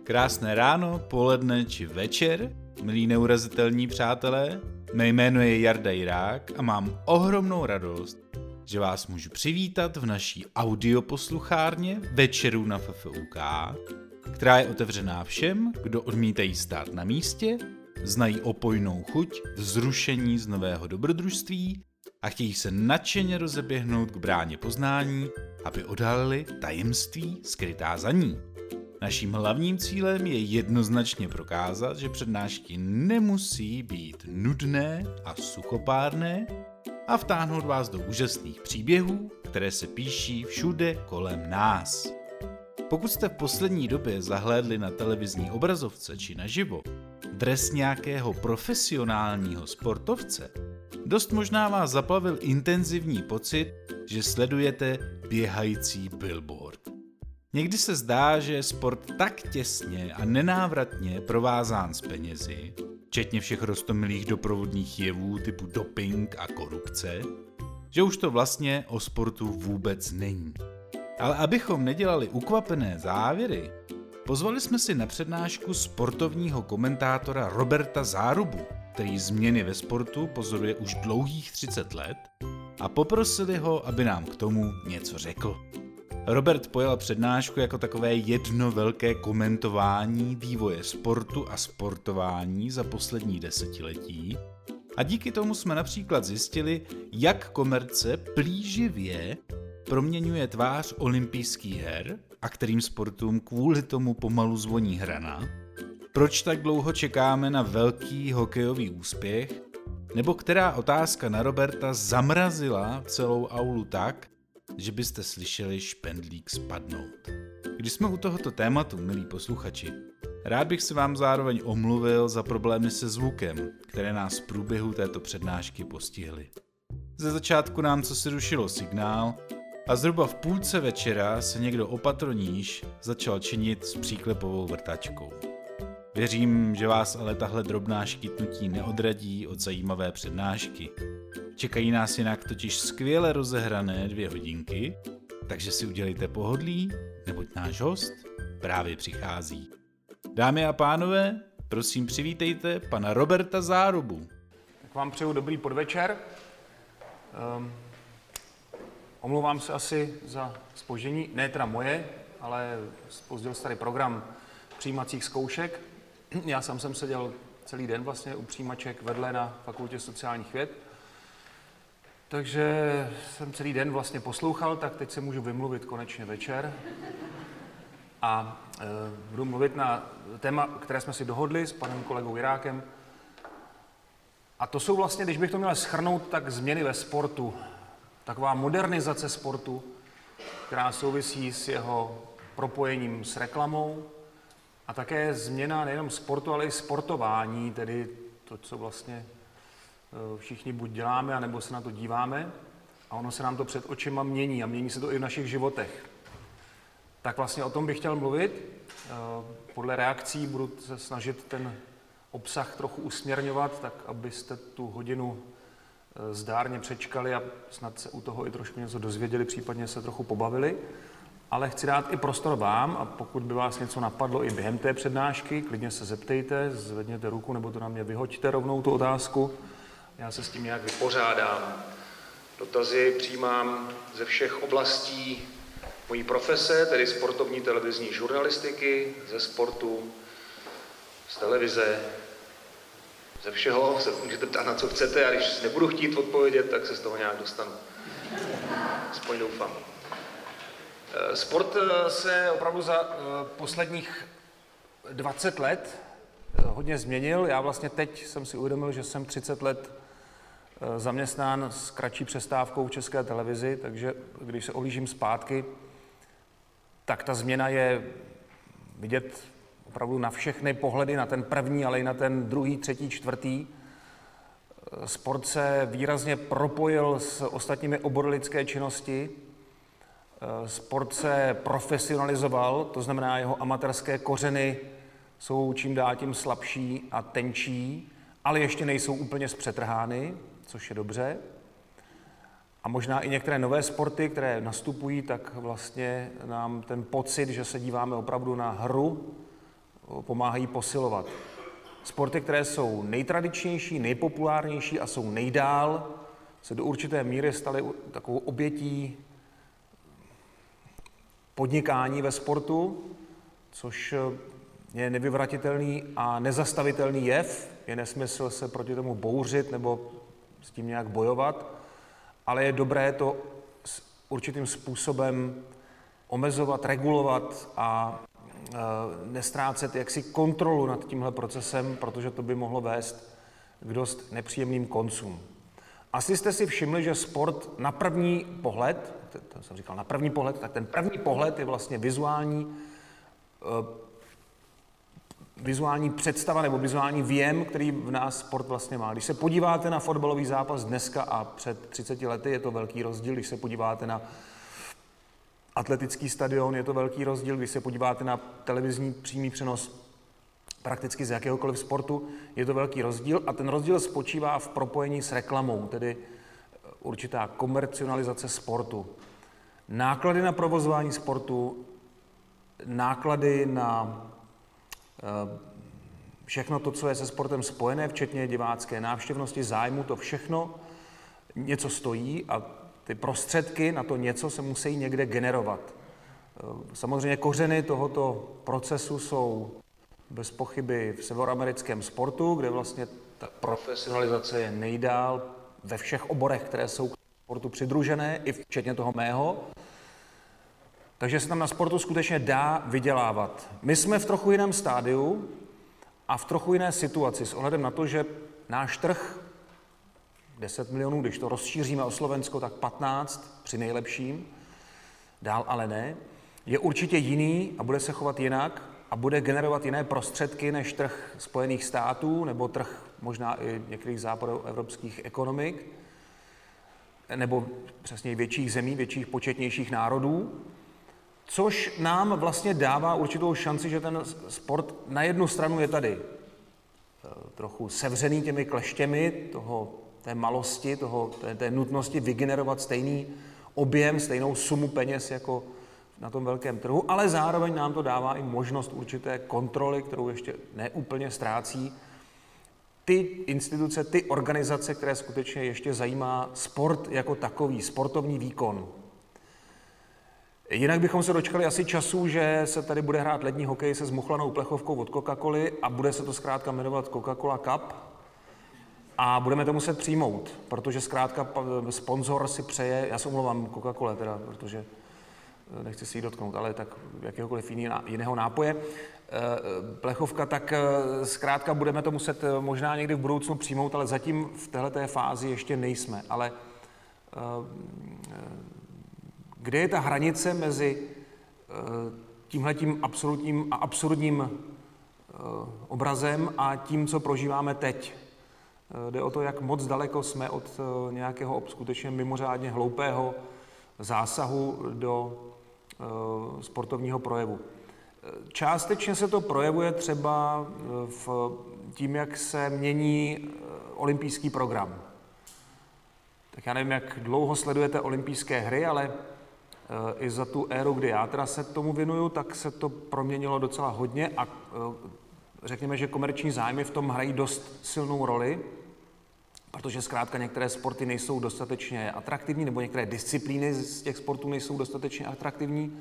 Krásné ráno, poledne či večer, milí neurazitelní přátelé. Mé jméno je Jarda Jirák a mám ohromnou radost, že vás můžu přivítat v naší audioposluchárně Večerů na FFUK, která je otevřená všem, kdo odmítají stát na místě, znají opojnou chuť vzrušení z nového dobrodružství a chtějí se nadšeně rozeběhnout k bráně poznání, aby odhalili tajemství skrytá za ní. Naším hlavním cílem je jednoznačně prokázat, že přednášky nemusí být nudné a suchopárné a vtáhnout vás do úžasných příběhů, které se píší všude kolem nás. Pokud jste v poslední době zahlédli na televizní obrazovce či naživo dres nějakého profesionálního sportovce, dost možná vás zaplavil intenzivní pocit, že sledujete běhající billboard. Někdy se zdá, že je sport tak těsně a nenávratně provázán s penězi, včetně všech roztomilých doprovodných jevů typu doping a korupce, že už to vlastně o sportu vůbec není. Ale abychom nedělali ukvapené závěry, pozvali jsme si na přednášku sportovního komentátora Roberta Zárubu, který změny ve sportu pozoruje už dlouhých 30 let, a poprosili ho, aby nám k tomu něco řekl. Robert pojal přednášku jako takové jedno velké komentování vývoje sportu a sportování za poslední desetiletí a díky tomu jsme například zjistili, jak komerce plíživě proměňuje tvář olympijských her a kterým sportům kvůli tomu pomalu zvoní hrana, proč tak dlouho čekáme na velký hokejový úspěch, nebo která otázka na Roberta zamrazila celou aulu tak, že byste slyšeli špendlík spadnout. Když jsme u tohoto tématu, milí posluchači, rád bych se vám zároveň omluvil za problémy se zvukem, které nás v průběhu této přednášky postihly. Ze začátku nám cosi rušilo signál a zhruba v půlce večera se někdo opatroníž začal činit s příklepovou vrtačkou. Věřím, že vás ale tahle drobná škytnutí neodradí od zajímavé přednášky. Čekají nás jinak totiž skvěle rozehrané 2 hodinky, takže si udělejte pohodlí, neboť náš host právě přichází. Dámy a pánové, prosím přivítejte pana Roberta Zárubu. Tak vám přeju dobrý podvečer. Omlouvám se asi za zpoždění, ne teda moje, ale zpozdil se tady program přijímacích zkoušek. Já sám jsem seděl celý den vlastně u přijímaček vedle na Fakultě sociálních věd. Takže jsem celý den vlastně poslouchal, tak teď se můžu vymluvit konečně večer. A budu mluvit na téma, které jsme si dohodli s panem kolegou Jirákem. A to jsou vlastně, když bych to měl shrnout, tak změny ve sportu. Taková modernizace sportu, která souvisí s jeho propojením s reklamou. A také změna nejenom sportu, ale i sportování, tedy to, co vlastně všichni buď děláme, anebo se na to díváme a ono se nám to před očima mění a mění se to i v našich životech. Tak vlastně o tom bych chtěl mluvit. Podle reakcí budu se snažit ten obsah trochu usměrňovat, tak abyste tu hodinu zdárně přečkali a snad se u toho i trošku něco dozvěděli, případně se trochu pobavili. Ale chci dát i prostor vám a pokud by vás něco napadlo i během té přednášky, klidně se zeptejte, zvedněte ruku nebo to na mě vyhoďte rovnou tu otázku. Já se s tím nějak vypořádám. Dotazy přijímám ze všech oblastí mojí profese, tedy sportovní televizní žurnalistiky, ze sportu, z televize, ze všeho. Se můžete ptát, na co chcete, a když nebudu chtít odpovědět, tak se z toho nějak dostanu. Aspoň doufám. Sport se opravdu za posledních 20 let hodně změnil. Já vlastně teď jsem si uvědomil, že jsem 30 let zaměstnán s kratší přestávkou v České televizi, takže když se ohlížím zpátky, tak ta změna je vidět opravdu na všechny pohledy, na ten první, ale i na ten druhý, třetí, čtvrtý. Sport se výrazně propojil s ostatními obory lidské činnosti. Sport se profesionalizoval, to znamená, jeho amatérské kořeny jsou čím dál tím slabší a tenčí, ale ještě nejsou úplně zpřetrhány, což je dobře. A možná i některé nové sporty, které nastupují, tak vlastně nám ten pocit, že se díváme opravdu na hru, pomáhají posilovat. Sporty, které jsou nejtradičnější, nejpopulárnější a jsou nejdál, se do určité míry staly takovou obětí podnikání ve sportu, což je nevyvratitelný a nezastavitelný jev. Je nesmysl se proti tomu bouřit nebo s tím nějak bojovat, ale je dobré to určitým způsobem omezovat, regulovat a nestrácet jaksi kontrolu nad tímhle procesem, protože to by mohlo vést k dost nepříjemným koncům. Asi jste si všimli, že sport na první pohled, to jsem říkal na první pohled, tak ten první pohled je vlastně vizuální představa nebo vizuální věm, který v nás sport vlastně má. Když se podíváte na fotbalový zápas dneska a před 30 lety, je to velký rozdíl. Když se podíváte na atletický stadion, je to velký rozdíl. Když se podíváte na televizní přímý přenos prakticky z jakéhokoliv sportu, je to velký rozdíl. A ten rozdíl spočívá v propojení s reklamou, tedy určitá komercionalizace sportu. Náklady na provozování sportu, náklady na všechno to, co je se sportem spojené, včetně divácké návštěvnosti, zájmu, to všechno něco stojí a ty prostředky na to něco se musí někde generovat. Samozřejmě kořeny tohoto procesu jsou bez pochyby v severoamerickém sportu, kde vlastně ta profesionalizace je nejdál ve všech oborech, které jsou k sportu přidružené, i včetně toho mého. Takže se tam na sportu skutečně dá vydělávat. My jsme v trochu jiném stádiu a v trochu jiné situaci s ohledem na to, že náš trh, 10 milionů, když to rozšíříme o Slovensko, tak 15 při nejlepším, dál ale ne, je určitě jiný a bude se chovat jinak a bude generovat jiné prostředky než trh Spojených států nebo trh možná i některých západoevropských ekonomik nebo přesně větších zemí, větších početnějších národů, což nám vlastně dává určitou šanci, že ten sport na jednu stranu je tady trochu sevřený těmi kleštěmi té malosti, té nutnosti vygenerovat stejný objem, stejnou sumu peněz jako na tom velkém trhu, ale zároveň nám to dává i možnost určité kontroly, kterou ještě neúplně ztrácí ty instituce, ty organizace, které skutečně ještě zajímá sport jako takový, sportovní výkon. Jinak bychom se dočkali asi času, že se tady bude hrát lední hokej se zmuchlanou plechovkou od Coca-Coly a bude se to zkrátka jmenovat Coca-Cola Cup a budeme to muset přijmout, protože zkrátka sponzor si přeje, já se omlouvám Coca-Cola teda, protože nechci si ji dotknout, ale tak jakéhokoliv jiného nápoje, plechovka, tak zkrátka budeme to muset možná někdy v budoucnu přijmout, ale zatím v téhleté fázi ještě nejsme, ale kde je ta hranice mezi tímhletím absolutním a absurdním obrazem a tím, co prožíváme teď? Jde o to, jak moc daleko jsme od nějakého skutečně mimořádně hloupého zásahu do sportovního projevu. Částečně se to projevuje třeba v tím, jak se mění olympijský program. Tak já nevím, jak dlouho sledujete olympijské hry, ale i za tu éru, kdy já teda se tomu věnuju, tak se to proměnilo docela hodně a řekněme, že komerční zájmy v tom hrají dost silnou roli, protože zkrátka některé sporty nejsou dostatečně atraktivní, nebo některé disciplíny z těch sportů nejsou dostatečně atraktivní.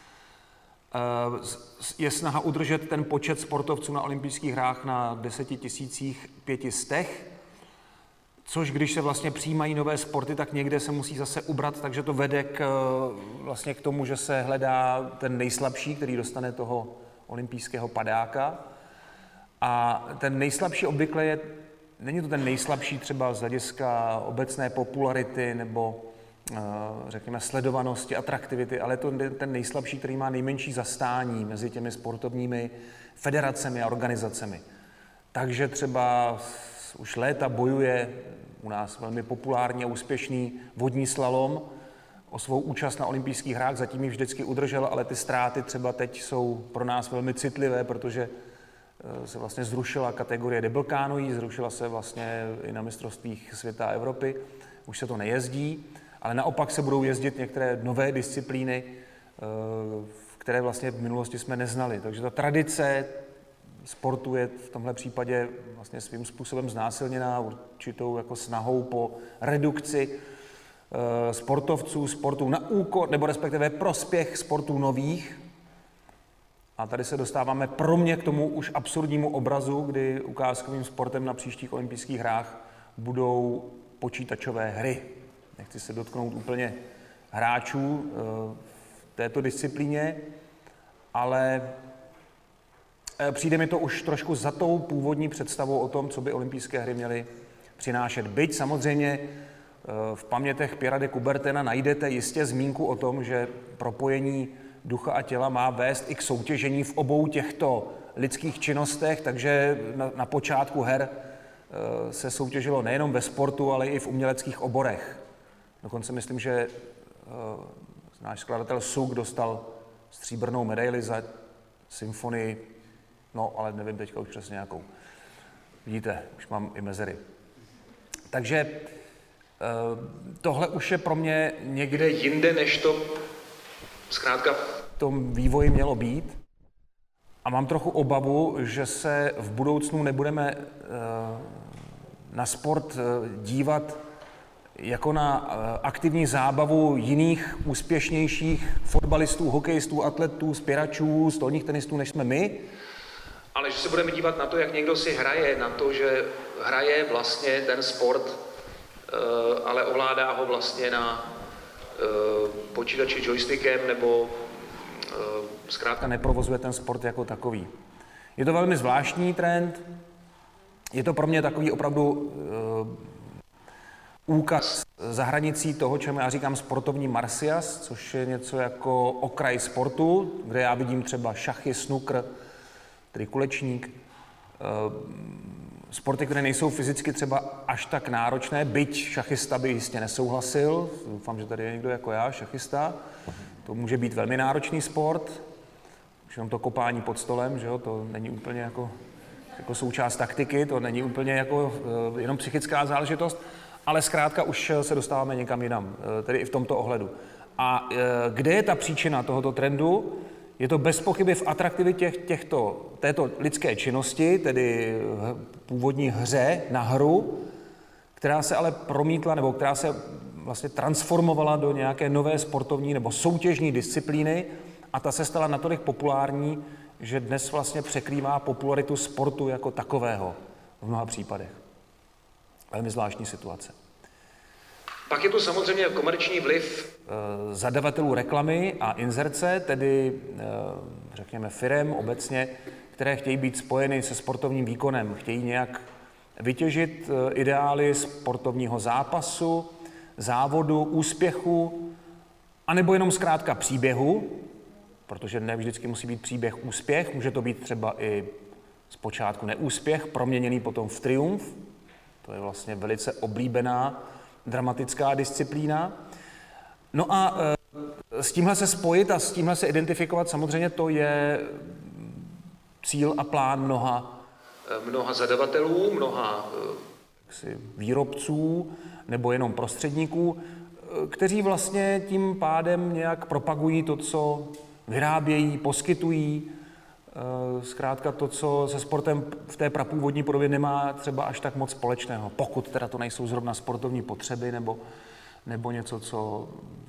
Je snaha udržet ten počet sportovců na olympijských hrách na 10 500, což když se vlastně přijímají nové sporty, tak někde se musí zase ubrat, takže to vede vlastně k tomu, že se hledá ten nejslabší, který dostane toho olympijského padáka. A ten nejslabší obvykle není to ten nejslabší třeba z hlediska obecné popularity nebo řekněme sledovanosti, atraktivity, ale je to ten nejslabší, který má nejmenší zastání mezi těmi sportovními federacemi a organizacemi. Takže třeba už léta bojuje u nás velmi populární a úspěšný vodní slalom o svou účast na olympijských hrách, zatím ji vždycky udržel, ale ty ztráty třeba teď jsou pro nás velmi citlivé, protože se vlastně zrušila kategorie double canoe, zrušila se vlastně i na mistrovstvích světa a Evropy, už se to nejezdí, ale naopak se budou jezdit některé nové disciplíny, které vlastně v minulosti jsme neznali. Takže ta tradice sportu je v tomhle případě vlastně svým způsobem znásilněná určitou jako snahou po redukci sportovců, sportů na úkor, nebo respektive prospěch sportů nových. A tady se dostáváme pro mě k tomu už absurdnímu obrazu, kdy ukázkovým sportem na příštích olympijských hrách budou počítačové hry. Nechci se dotknout úplně hráčů v této disciplíně, ale přijde mi to už trošku za tou původní představou o tom, co by olympijské hry měly přinášet. Byť samozřejmě v pamětech Pierra de Coubertina najdete jistě zmínku o tom, že propojení ducha a těla má vést i k soutěžení v obou těchto lidských činnostech, takže na počátku her se soutěžilo nejenom ve sportu, ale i v uměleckých oborech. Dokonce myslím, že náš skladatel Suk dostal stříbrnou medaili za symfonii, no ale nevím teďka už přesně nějakou. Vidíte, už mám i mezery. Takže tohle už je pro mě někde jinde, než to zkrátka v tom vývoji mělo být. A mám trochu obavu, že se v budoucnu nebudeme na sport dívat jako na aktivní zábavu jiných úspěšnějších fotbalistů, hokejistů, atletů, spěračů, stolních tenistů, než jsme my, ale že se budeme dívat na to, jak někdo si hraje, na to, že hraje vlastně ten sport, ale ovládá ho vlastně na počítači joystickem nebo zkrátka neprovozuje ten sport jako takový. Je to velmi zvláštní trend, je to pro mě takový opravdu úkaz za hranicí toho, čemu já říkám sportovní marsias, což je něco jako okraj sportu, kde já vidím třeba šachy, snooker, tedy kulečník, sporty, které nejsou fyzicky třeba až tak náročné, byť šachista by jistě nesouhlasil, doufám, že tady je někdo jako já, šachista, to může být velmi náročný sport, už jenom to kopání pod stolem, že jo, to není úplně jako součást taktiky, to není úplně jako jenom psychická záležitost, ale zkrátka už se dostáváme někam jinam, tedy i v tomto ohledu. A kde je ta příčina tohoto trendu? Je to bez pochyby v atraktivitě této lidské činnosti, tedy původní hře na hru, která se ale promítla, nebo která se vlastně transformovala do nějaké nové sportovní nebo soutěžní disciplíny a ta se stala natolik populární, že dnes vlastně překrývá popularitu sportu jako takového v mnoha případech. Velmi zvláštní situace. Pak je tu samozřejmě komerční vliv zadavatelů reklamy a inzerce, tedy řekněme firem obecně, které chtějí být spojeny se sportovním výkonem, chtějí nějak vytěžit ideály sportovního zápasu, závodu, úspěchu, anebo jenom zkrátka příběhu, protože ne vždycky musí být příběh úspěch, může to být třeba i zpočátku neúspěch, proměněný potom v triumf. To je vlastně velice oblíbená dramatická disciplína. No a s tímhle se spojit a s tímhle se identifikovat, samozřejmě to je cíl a plán mnoha zadavatelů, mnoha výrobců nebo jenom prostředníků, kteří vlastně tím pádem nějak propagují to, co vyrábějí, poskytují, zkrátka to, co se sportem v té prapůvodní podobě nemá třeba až tak moc společného, pokud teda to nejsou zrovna sportovní potřeby nebo něco, co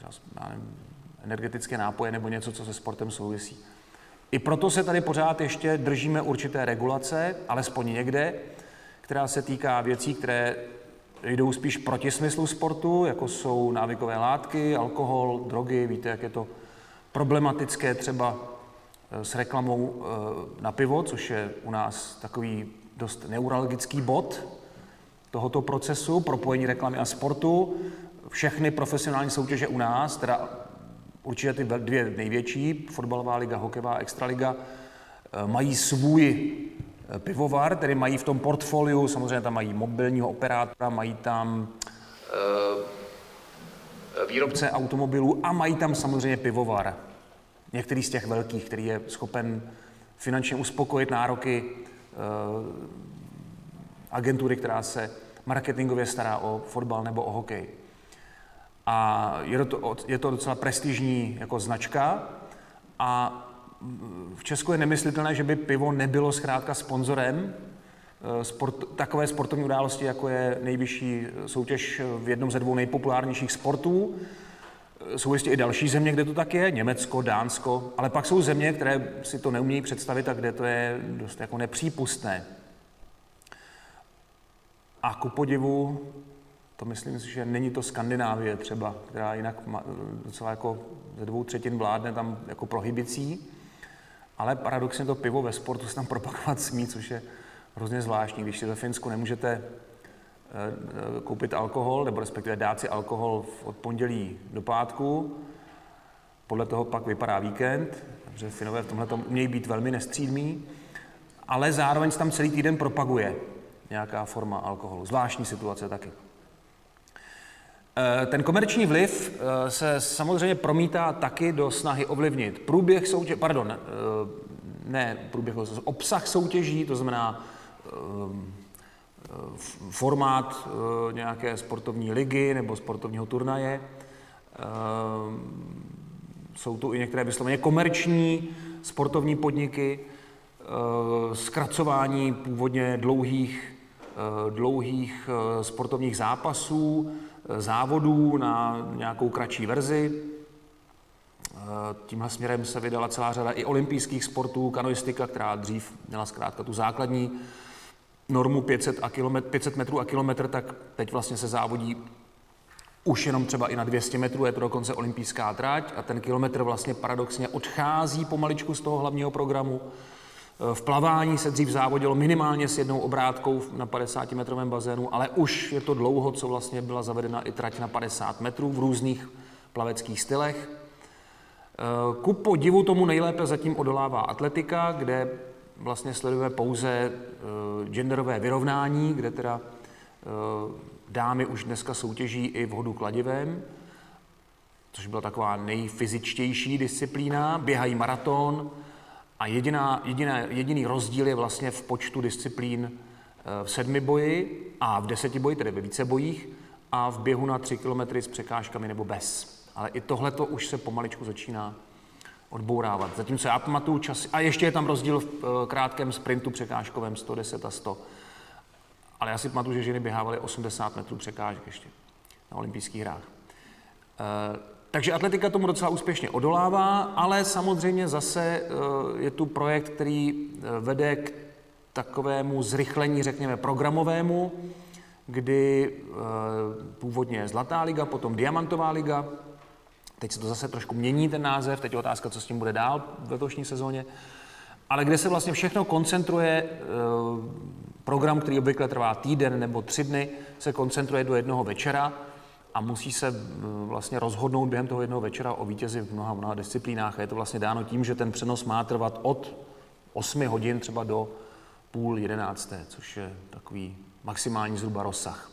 energetické nápoje nebo něco, co se sportem souvisí. I proto se tady pořád ještě držíme určité regulace, alespoň někde, která se týká věcí, které jdou spíš proti smyslu sportu, jako jsou návykové látky, alkohol, drogy, víte, jak je to problematické třeba s reklamou na pivo, což je u nás takový dost neuralgický bod tohoto procesu, propojení reklamy a sportu. Všechny profesionální soutěže u nás, teda určitě ty dvě největší, fotbalová liga, hokejová extraliga, mají svůj pivovar, tedy mají v tom portfoliu, samozřejmě tam mají mobilního operátora, mají tam výrobce automobilů a mají tam samozřejmě pivovar. Některý z těch velkých, který je schopen finančně uspokojit nároky agentury, která se marketingově stará o fotbal nebo o hokej. A je to docela prestižní jako značka a v Česku je nemyslitelné, že by pivo nebylo zkrátka sponzorem takové sportovní události, jako je nejvyšší soutěž v jednom ze 2 nejpopulárnějších sportů. Jsou jistě i další země, kde to tak je, Německo, Dánsko, ale pak jsou země, které si to neumějí představit a kde to je dost jako nepřípustné. A ku podivu, to myslím si, že není to Skandinávie třeba, která jinak docela jako ze 2/3 vládne tam jako prohibicí, ale paradoxně to pivo ve sportu se tam propagovat smí, což je hrozně zvláštní, když si ve Finsku nemůžete koupit alkohol, nebo respektive dát si alkohol od pondělí do pátku. Podle toho pak vypadá víkend, protože Finové v tomhle umějí být velmi nestřídmí, ale zároveň se tam celý týden propaguje nějaká forma alkoholu. Zvláštní situace taky. Ten komerční vliv se samozřejmě promítá taky do snahy ovlivnit průběh soutěže, obsah soutěží, to znamená formát nějaké sportovní ligy nebo sportovního turnaje. Jsou tu i některé vysloveně komerční sportovní podniky, zkracování původně dlouhých sportovních zápasů, závodů na nějakou kratší verzi. Tímhle směrem se vydala celá řada i olympijských sportů, kanoistika, která dřív měla zkrátka tu základní normu 500 metrů a kilometr, tak teď vlastně se závodí už jenom třeba i na 200 metrů, je to dokonce olympijská trať a ten kilometr vlastně paradoxně odchází pomaličku z toho hlavního programu. V plavání se dřív závodilo minimálně s 1 obrátkou na 50-metrovém bazénu, ale už je to dlouho, co vlastně byla zavedena i trať na 50 metrů v různých plaveckých stylech. Ku podivu tomu nejlépe zatím odolává atletika, kde vlastně sledujeme pouze genderové vyrovnání, kde teda dámy už dneska soutěží i v hodu kladivem, což byla taková nejfyzičtější disciplína, běhají maraton a jediný rozdíl je vlastně v počtu disciplín v 7 boji a v 10 boji, tedy ve více bojích, a v běhu na 3 kilometry s překážkami nebo bez. Ale i tohleto už se pomaličku začíná odbourávat. Zatímco já pamatuju časy, a ještě je tam rozdíl v krátkém sprintu překážkovém 110 a 100. Ale já si pamatuju, že ženy běhávaly 80 metrů překážek ještě na olympijských hrách. Takže atletika tomu docela úspěšně odolává, ale samozřejmě zase je tu projekt, který vede k takovému zrychlení, řekněme, programovému, kdy původně Zlatá liga, potom Diamantová liga, teď se to zase trošku mění ten název, teď je otázka, co s tím bude dál v letošní sezóně, ale kde se vlastně všechno koncentruje, program, který obvykle trvá týden nebo 3 dny, se koncentruje do jednoho večera a musí se vlastně rozhodnout během toho jednoho večera o vítězi v mnoha disciplínách. A je to vlastně dáno tím, že ten přenos má trvat od 8 hodin třeba do 10:30, což je takový maximální zhruba rozsah.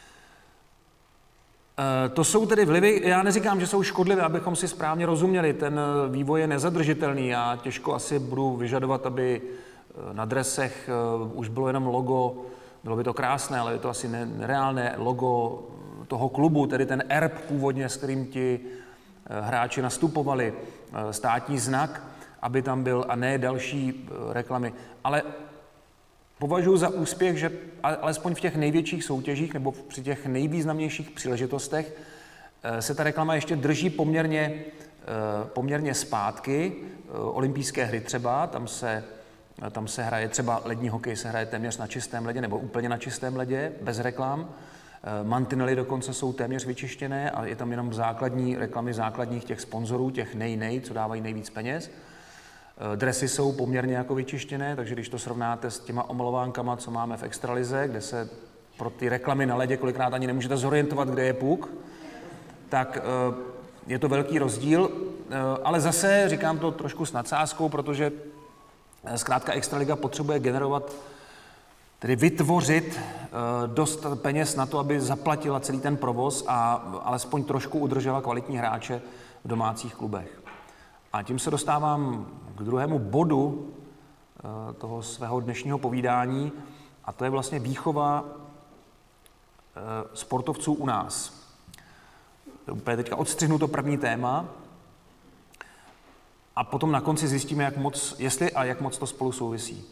To jsou tedy vlivy, já neříkám, že jsou škodlivé, abychom si správně rozuměli, ten vývoj je nezadržitelný, já těžko asi budu vyžadovat, aby na dresech už bylo jenom logo, bylo by to krásné, ale je to asi nereálné logo toho klubu, tedy ten erb původně, s kterým ti hráči nastupovali, státní znak, aby tam byl a ne další reklamy, ale považuji za úspěch, že alespoň v těch největších soutěžích nebo při těch nejvýznamnějších příležitostech se ta reklama ještě drží poměrně zpátky. Olympijské hry třeba, tam se hraje třeba lední hokej, se hraje téměř na čistém ledě nebo úplně na čistém ledě, bez reklam. Mantinely dokonce jsou téměř vyčištěné a je tam jenom reklamy základních těch sponzorů, těch co dávají nejvíc peněz. Dresy jsou poměrně jako vyčištěné, takže když to srovnáte s těma omalovánkama, co máme v extralize, kde se pro ty reklamy na ledě kolikrát ani nemůžete zorientovat, kde je puk, tak je to velký rozdíl, ale zase říkám to trošku s nadsázkou, protože zkrátka extraliga potřebuje tedy vytvořit dost peněz na to, aby zaplatila celý ten provoz a alespoň trošku udržela kvalitní hráče v domácích klubech. A tím se dostávám k druhému bodu toho svého dnešního povídání, a to je vlastně výchova sportovců u nás. Úplně teďka odstřihnu to první téma. A potom na konci zjistíme, jestli a jak moc to spolu souvisí.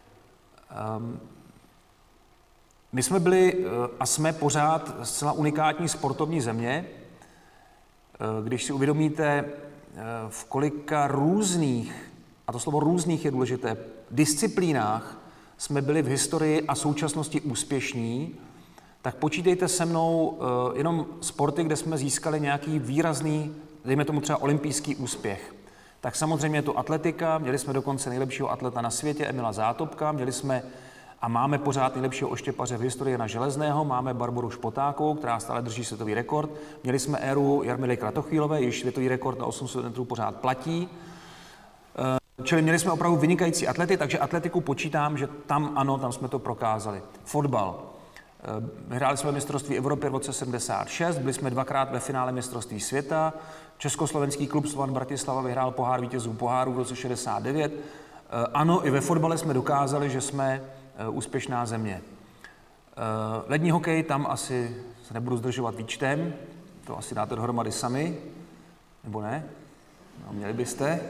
My jsme byli a jsme pořád zcela unikátní sportovní země. Když si uvědomíte, v kolika různých, a to slovo různých je důležité, disciplínách jsme byli v historii a současnosti úspěšní, tak počítejte se mnou jenom sporty, kde jsme získali nějaký výrazný, dejme tomu třeba olympijský úspěch. Tak samozřejmě je to atletika, měli jsme dokonce nejlepšího atleta na světě, Emila Zátopka, měli jsme a máme pořád nejlepšího oštěpaře v historii Jana Železného, máme Barboru Špotákovou, která stále drží světový rekord, měli jsme éru Jarmily Kratochvílové, již světový rekord na 800 metrů pořád platí. Čili měli jsme opravdu vynikající atlety, takže atletiku počítám, že tam ano, tam jsme to prokázali. Fotbal. Vyhráli jsme mistrovství Evropy v roce 76, byli jsme dvakrát ve finále mistrovství světa. Československý klub Slovan Bratislava vyhrál pohár vítězů poháru v roce 69. Ano, i ve fotbale jsme dokázali, že jsme úspěšná země. Lední hokej, tam asi se nebudu zdržovat výčtem, to asi dáte dohromady sami, nebo ne? No, měli byste.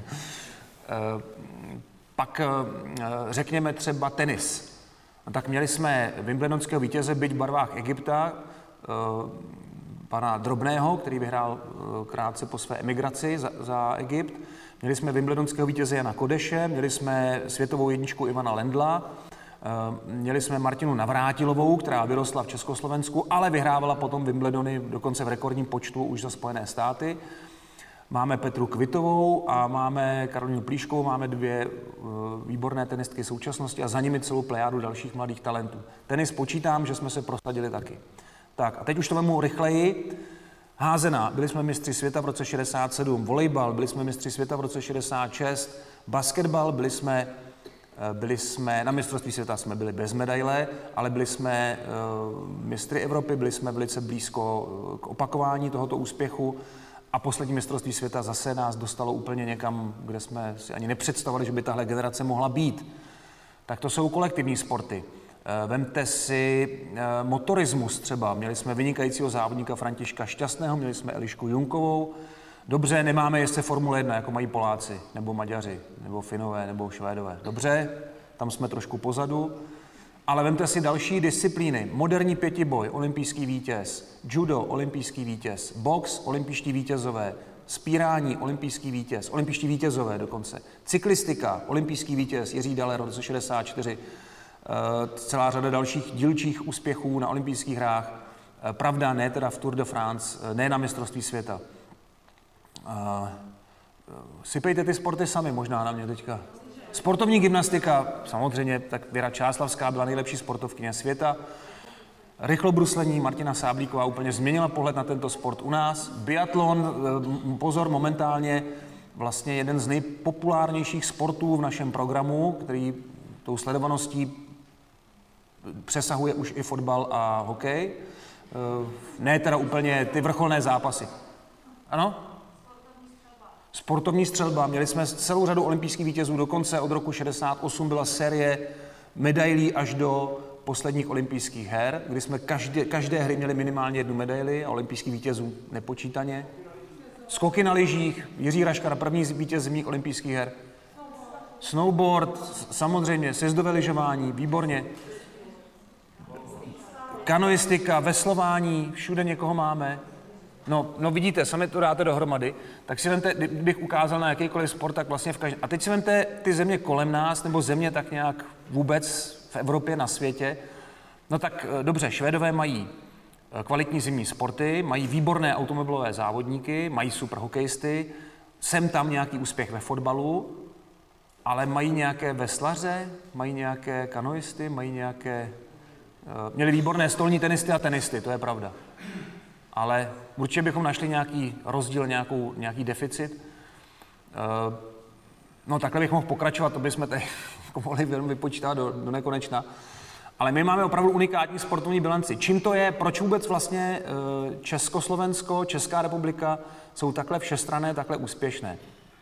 Pak řekněme třeba tenis. Tak měli jsme wimbledonského vítěze, byť v barvách Egypta, pana Drobného, který vyhrál krátce po své emigraci za Egypt. Měli jsme wimbledonského vítěze Jana Kodeše, měli jsme světovou jedničku Ivana Lendla, měli jsme Martinu Navrátilovou, která vyrostla v Československu, ale vyhrávala potom Wimbledony dokonce v rekordním počtu už za Spojené státy. Máme Petru Kvitovou a máme Karolínu Plíškovou, máme dvě výborné tenistky současnosti a za nimi celou plejádu dalších mladých talentů. Tenis počítám, že jsme se prosadili taky. Tak a teď už to vemu rychleji. Házená, byli jsme mistři světa v roce 67, volejbal, byli jsme mistři světa v roce 66, basketbal, byli jsme na mistrovství světa jsme byli bez medaile, ale byli jsme mistry Evropy, byli jsme velice blízko k opakování tohoto úspěchu. A poslední mistrovství světa zase nás dostalo úplně někam, kde jsme si ani nepředstavovali, že by tahle generace mohla být. Tak to jsou kolektivní sporty. Vemte si motorismus třeba. Měli jsme vynikajícího závodníka Františka Šťastného, měli jsme Elišku Junkovou. Dobře, nemáme jezdce Formule 1, jako mají Poláci, nebo Maďaři, nebo Finové, nebo Švédové. Dobře, tam jsme trošku pozadu. Ale vemte si další disciplíny. Moderní pětiboj, olympijský vítěz. Judo, olympijský vítěz. Box, olympijští vítězové. Spírání, olympijský vítěz. Olympijští vítězové dokonce. Cyklistika, olympijský vítěz Jiří Daler, roce 64. Celá řada dalších dílčích úspěchů na olympijských hrách. Pravda, ne teda v Tour de France, ne na mistrovství světa. Sypejte ty sporty sami, možná na mě teďka. Sportovní gymnastika, samozřejmě, tak Věra Čáslavská byla nejlepší sportovkyně světa. Rychlobruslení, Martina Sáblíková úplně změnila pohled na tento sport u nás. Biatlon, pozor, momentálně vlastně jeden z nejpopulárnějších sportů v našem programu, který tou sledovaností přesahuje už i fotbal a hokej. Ne teda úplně ty vrcholné zápasy. Ano? Sportovní střelba. Měli jsme celou řadu olympijských vítězů, dokonce od roku 68 byla série medailí až do posledních olympijských her, kdy jsme každé hry měli minimálně jednu medaili a olympijských vítězů nepočítaně. Skoky na lyžích, Jiří Raškar, první vítěz zimních olympijských her. Snowboard, samozřejmě, sjezdové lyžování, výborně. Kanoistika, veslování, všude někoho máme. No vidíte, sami to dáte dohromady, tak si vemte, kdybych ukázal na jakýkoliv sport, tak vlastně v každém. A teď si vemte ty země kolem nás, nebo země tak nějak vůbec v Evropě, na světě. No tak dobře, Švédové mají kvalitní zimní sporty, mají výborné automobilové závodníky, mají super hokejisty, sem tam nějaký úspěch ve fotbalu, ale mají nějaké veslaře, mají nějaké kanoisty, mají nějaké... Měli výborné stolní tenisty a tenisty, to je pravda. Ale určitě bychom našli nějaký rozdíl, nějaký deficit. No takhle bych mohl pokračovat, to bychom tady mohli vypočítat do nekonečna. Ale my máme opravdu unikátní sportovní bilanci. Čím to je, proč vůbec vlastně Československo, Česká republika jsou takhle všestranné, takhle úspěšné?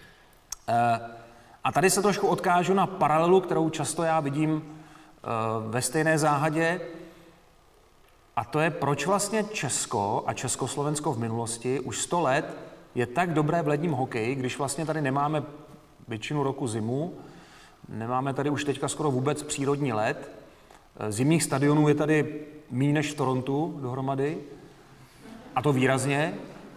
A tady se trošku odkážu na paralelu, kterou často já vidím ve stejné záhadě. A to je, proč vlastně Česko a Československo v minulosti už 100 let je tak dobré v ledním hokeji, když vlastně tady nemáme většinu roku zimu, nemáme tady už teďka skoro vůbec přírodní led, zimních stadionů je tady méně než v Torontu dohromady, a to výrazně.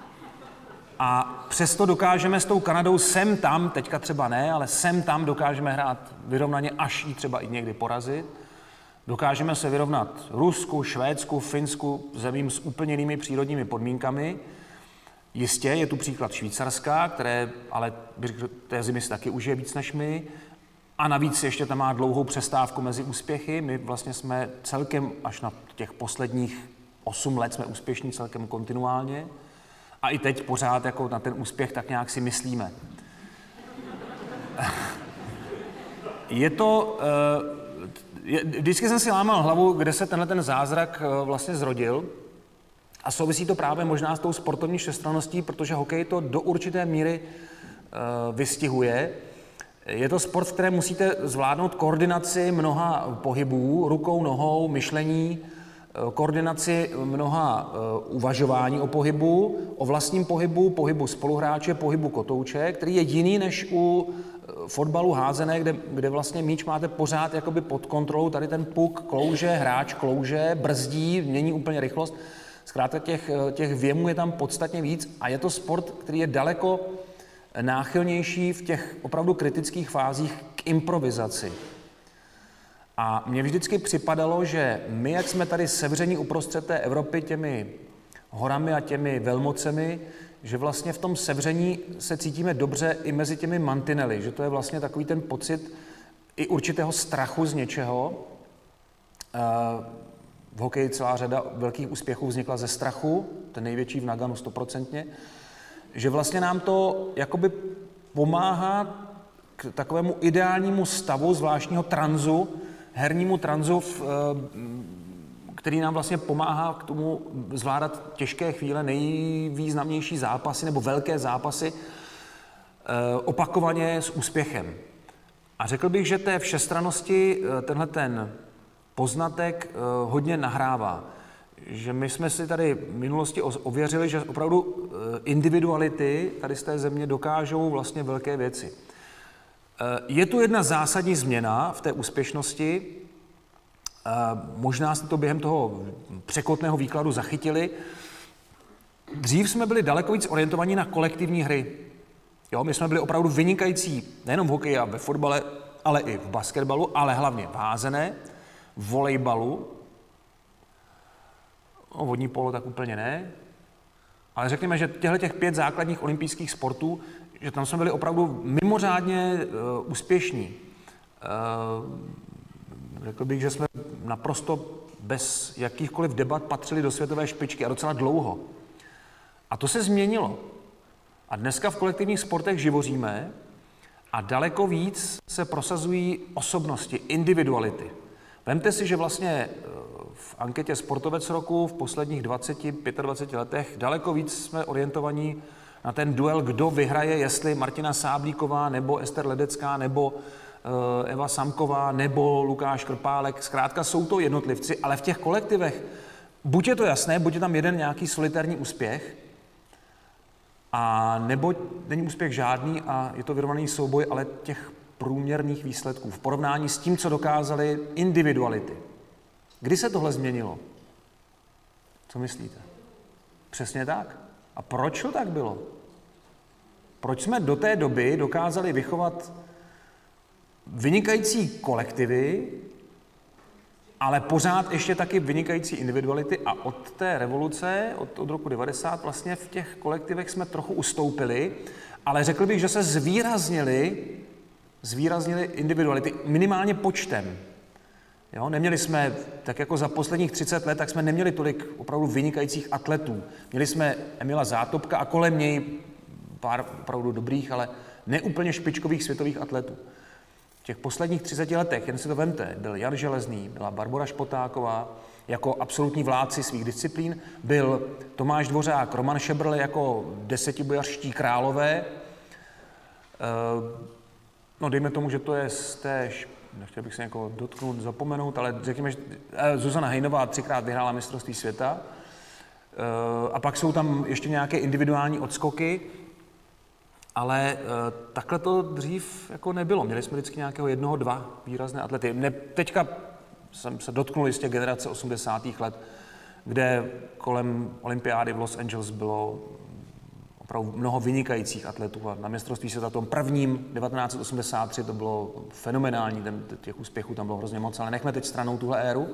A přesto dokážeme s tou Kanadou sem tam, teďka třeba ne, ale sem tam dokážeme hrát vyrovnaně, až ji třeba i někdy porazit. Dokážeme se vyrovnat Rusku, Švédsku, Finsku, zemím s úplně jinými přírodními podmínkami. Jistě je tu příklad Švýcarska, které ale té zimy si taky užije víc než my. A navíc ještě tam má dlouhou přestávku mezi úspěchy. My vlastně jsme celkem až na těch posledních 8 let jsme úspěšní celkem kontinuálně. A i teď pořád jako na ten úspěch tak nějak si myslíme. Je to... Vždycky jsem si lámal hlavu, kde se tenhle ten zázrak vlastně zrodil. A souvisí to právě možná s tou sportovní všestranností, protože hokej to do určité míry vystihuje. Je to sport, v kterém musíte zvládnout koordinaci mnoha pohybů, rukou, nohou, myšlení, koordinaci mnoha uvažování o pohybu, o vlastním pohybu, pohybu spoluhráče, pohybu kotouče, který je jiný než u fotbalu házené, kde vlastně míč máte pořád jakoby pod kontrolou, tady ten puk klouže, hráč klouže, brzdí, mění úplně rychlost. Zkrátka těch věmů je tam podstatně víc a je to sport, který je daleko náchylnější v těch opravdu kritických fázích k improvizaci. A mně vždycky připadalo, že my, jak jsme tady sevření uprostřed té Evropy těmi horami a těmi velmocemi, že vlastně v tom sevření se cítíme dobře i mezi těmi mantinely, že to je vlastně takový ten pocit i určitého strachu z něčeho. V hokeji celá řada velkých úspěchů vznikla ze strachu, ten největší v Naganu 100%, že vlastně nám to jakoby pomáhá k takovému ideálnímu stavu zvláštního tranzu, hernímu tranzu, který nám vlastně pomáhá k tomu zvládat těžké chvíle, nejvýznamnější zápasy nebo velké zápasy opakovaně s úspěchem. A řekl bych, že té všestrannosti tenhle ten poznatek hodně nahrává. Že my jsme si tady v minulosti ověřili, že opravdu individuality tady z té země dokážou vlastně velké věci. Je tu jedna zásadní změna v té úspěšnosti. Možná jste to během toho překotného výkladu zachytili. Dřív jsme byli daleko víc orientovaní na kolektivní hry. Jo, my jsme byli opravdu vynikající nejenom v hokeji a ve fotbale, ale i v basketbalu, ale hlavně v házené, v volejbalu. No, vodní polo tak úplně ne. Ale řekněme, že těch 5 základních olympijských sportů, že tam jsme byli opravdu mimořádně úspěšní. Řekl bych, že jsme naprosto bez jakýchkoliv debat patřili do světové špičky a docela dlouho. A to se změnilo. A dneska v kolektivních sportech živoříme a daleko víc se prosazují osobnosti, individuality. Vemte si, že vlastně v anketě Sportovec roku v posledních 20-25 letech daleko víc jsme orientovaní na ten duel, kdo vyhraje, jestli Martina Sáblíková, nebo Ester Ledecká, nebo Eva Samková, nebo Lukáš Krpálek. Zkrátka jsou to jednotlivci, ale v těch kolektivech buď je to jasné, buď je tam jeden nějaký solitární úspěch, a nebo není úspěch žádný a je to vyrovnaný souboj, ale těch průměrných výsledků v porovnání s tím, co dokázaly individuality. Kdy se tohle změnilo? Co myslíte? Přesně tak. A proč to tak bylo? Proč jsme do té doby dokázali vychovat vynikající kolektivy, ale pořád ještě taky vynikající individuality a od té revoluce, od roku 90 vlastně v těch kolektivech jsme trochu ustoupili, ale řekl bych, že se zvýraznily individuality, minimálně počtem. Jo, neměli jsme, tak jako za posledních 30 let, tak jsme neměli tolik opravdu vynikajících atletů. Měli jsme Emila Zátopka a kolem něj pár opravdu dobrých, ale neúplně špičkových světových atletů. V těch posledních 30 letech, jen si to vemte, byl Jan Železný, byla Barbora Špotáková jako absolutní vládci svých disciplín, byl Tomáš Dvořák, Roman Šebrle jako desetibojařští králové. No dejme tomu, že to je z té, nechtěl bych se někoho dotknout, zapomenout, ale řekněme, že Zuzana Hejnová 3krát vyhrála mistrovství světa. A pak jsou tam ještě nějaké individuální odskoky. Ale takhle to dřív jako nebylo. Měli jsme vždycky nějakého 1, 2 výrazné atlety. Teďka jsem se dotknul jistě generace 80. let, kde kolem olympiády v Los Angeles bylo opravdu mnoho vynikajících atletů a na mistrovství světa tom prvním 1983 to bylo fenomenální, těch úspěchů tam bylo hrozně moc, ale nechme teď stranou tuhle éru.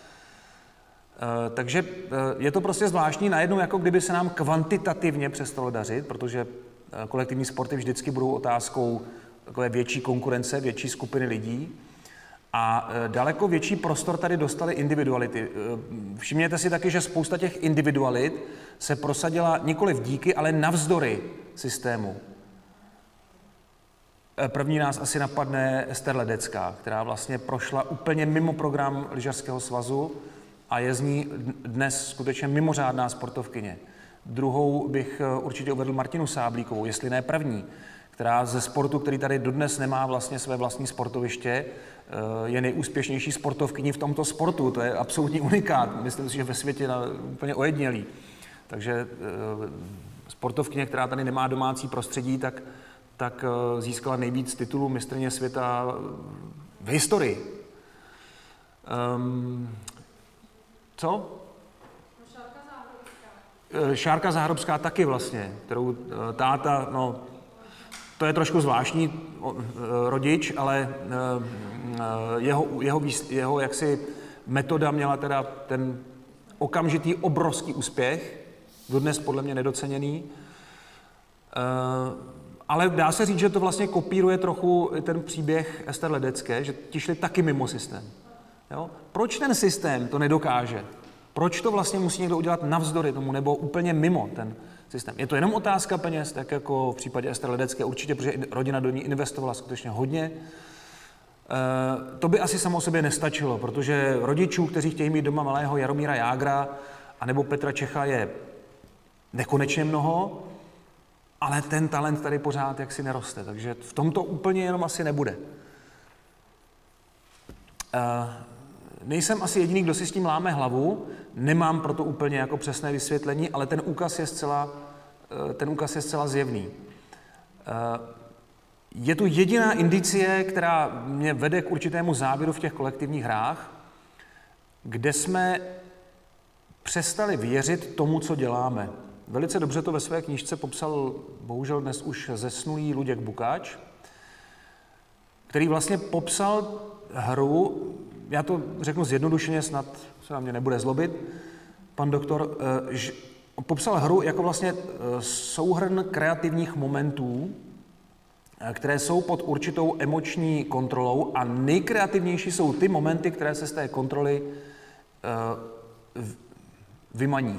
Takže je to prostě zvláštní, najednou jako kdyby se nám kvantitativně přestalo dařit, protože kolektivní sporty vždycky budou otázkou takové větší konkurence, větší skupiny lidí. A daleko větší prostor tady dostaly individuality. Všimněte si taky, že spousta těch individualit se prosadila nikoli v díky, ale navzdory systému. První nás asi napadne Ester Ledecká, která vlastně prošla úplně mimo program lyžařského svazu a je z ní dnes skutečně mimořádná sportovkyně. Druhou bych určitě uvedl Martinu Sáblíkovou, jestli ne první, která ze sportu, který tady dodnes nemá vlastně své vlastní sportoviště, je nejúspěšnější sportovkyní v tomto sportu. To je absolutní unikát. Myslím si, že ve světě úplně ojedinělý. Takže sportovkyně, která tady nemá domácí prostředí, tak získala nejvíc titulů mistryně světa v historii. Co? Šárka Záhrobská taky vlastně, kterou táta, no, to je trošku zvláštní rodič, ale jeho jaksi metoda měla teda ten okamžitý obrovský úspěch, dodnes podle mě nedoceněný, ale dá se říct, že to vlastně kopíruje trochu ten příběh Ester Ledecké, že ti šli taky mimo systém. Jo? Proč ten systém to nedokáže? Proč to vlastně musí někdo udělat navzdory tomu, nebo úplně mimo ten systém? Je to jenom otázka peněz, tak jako v případě Ester Ledecké určitě, protože rodina do ní investovala skutečně hodně. To by asi samo o sobě nestačilo, protože rodičů, kteří chtějí mít doma malého Jaromíra Jágra anebo Petra Čecha, je nekonečně mnoho, ale ten talent tady pořád jaksi neroste, takže v tomto úplně jenom asi nebude. Nejsem asi jediný, kdo si s tím láme hlavu, nemám proto úplně jako přesné vysvětlení, ale ten úkaz je zcela zjevný. Je tu jediná indicie, která mě vede k určitému závěru v těch kolektivních hrách, kde jsme přestali věřit tomu, co děláme. Velice dobře to ve své knížce popsal, bohužel dnes už zesnulý Luděk Bukáč, který vlastně popsal hru, já to řeknu zjednodušeně, snad se na mě nebude zlobit, pan doktor, popsal hru jako vlastně souhrn kreativních momentů, které jsou pod určitou emoční kontrolou a nejkreativnější jsou ty momenty, které se z té kontroly vymaní.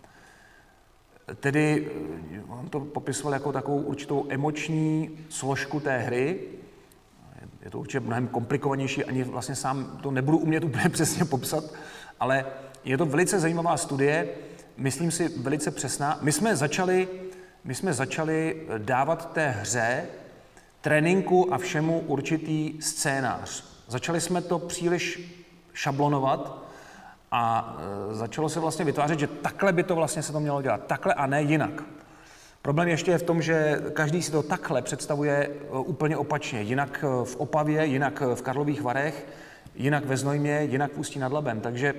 Tedy on to popisoval jako takovou určitou emoční složku té hry. Je to určitě mnohem komplikovanější, ani vlastně sám to nebudu umět úplně přesně popsat, ale je to velice zajímavá studie, myslím si velice přesná. My jsme začali dávat té hře, tréninku a všemu určitý scénář. Začali jsme to příliš šablonovat a začalo se vlastně vytvářet, že takhle by to vlastně se to mělo dělat, takhle a ne jinak. Problém ještě je v tom, že každý si to takhle představuje úplně opačně. Jinak v Opavě, jinak v Karlových Varech, jinak ve Znojmě, jinak v Ústí nad Labem. Takže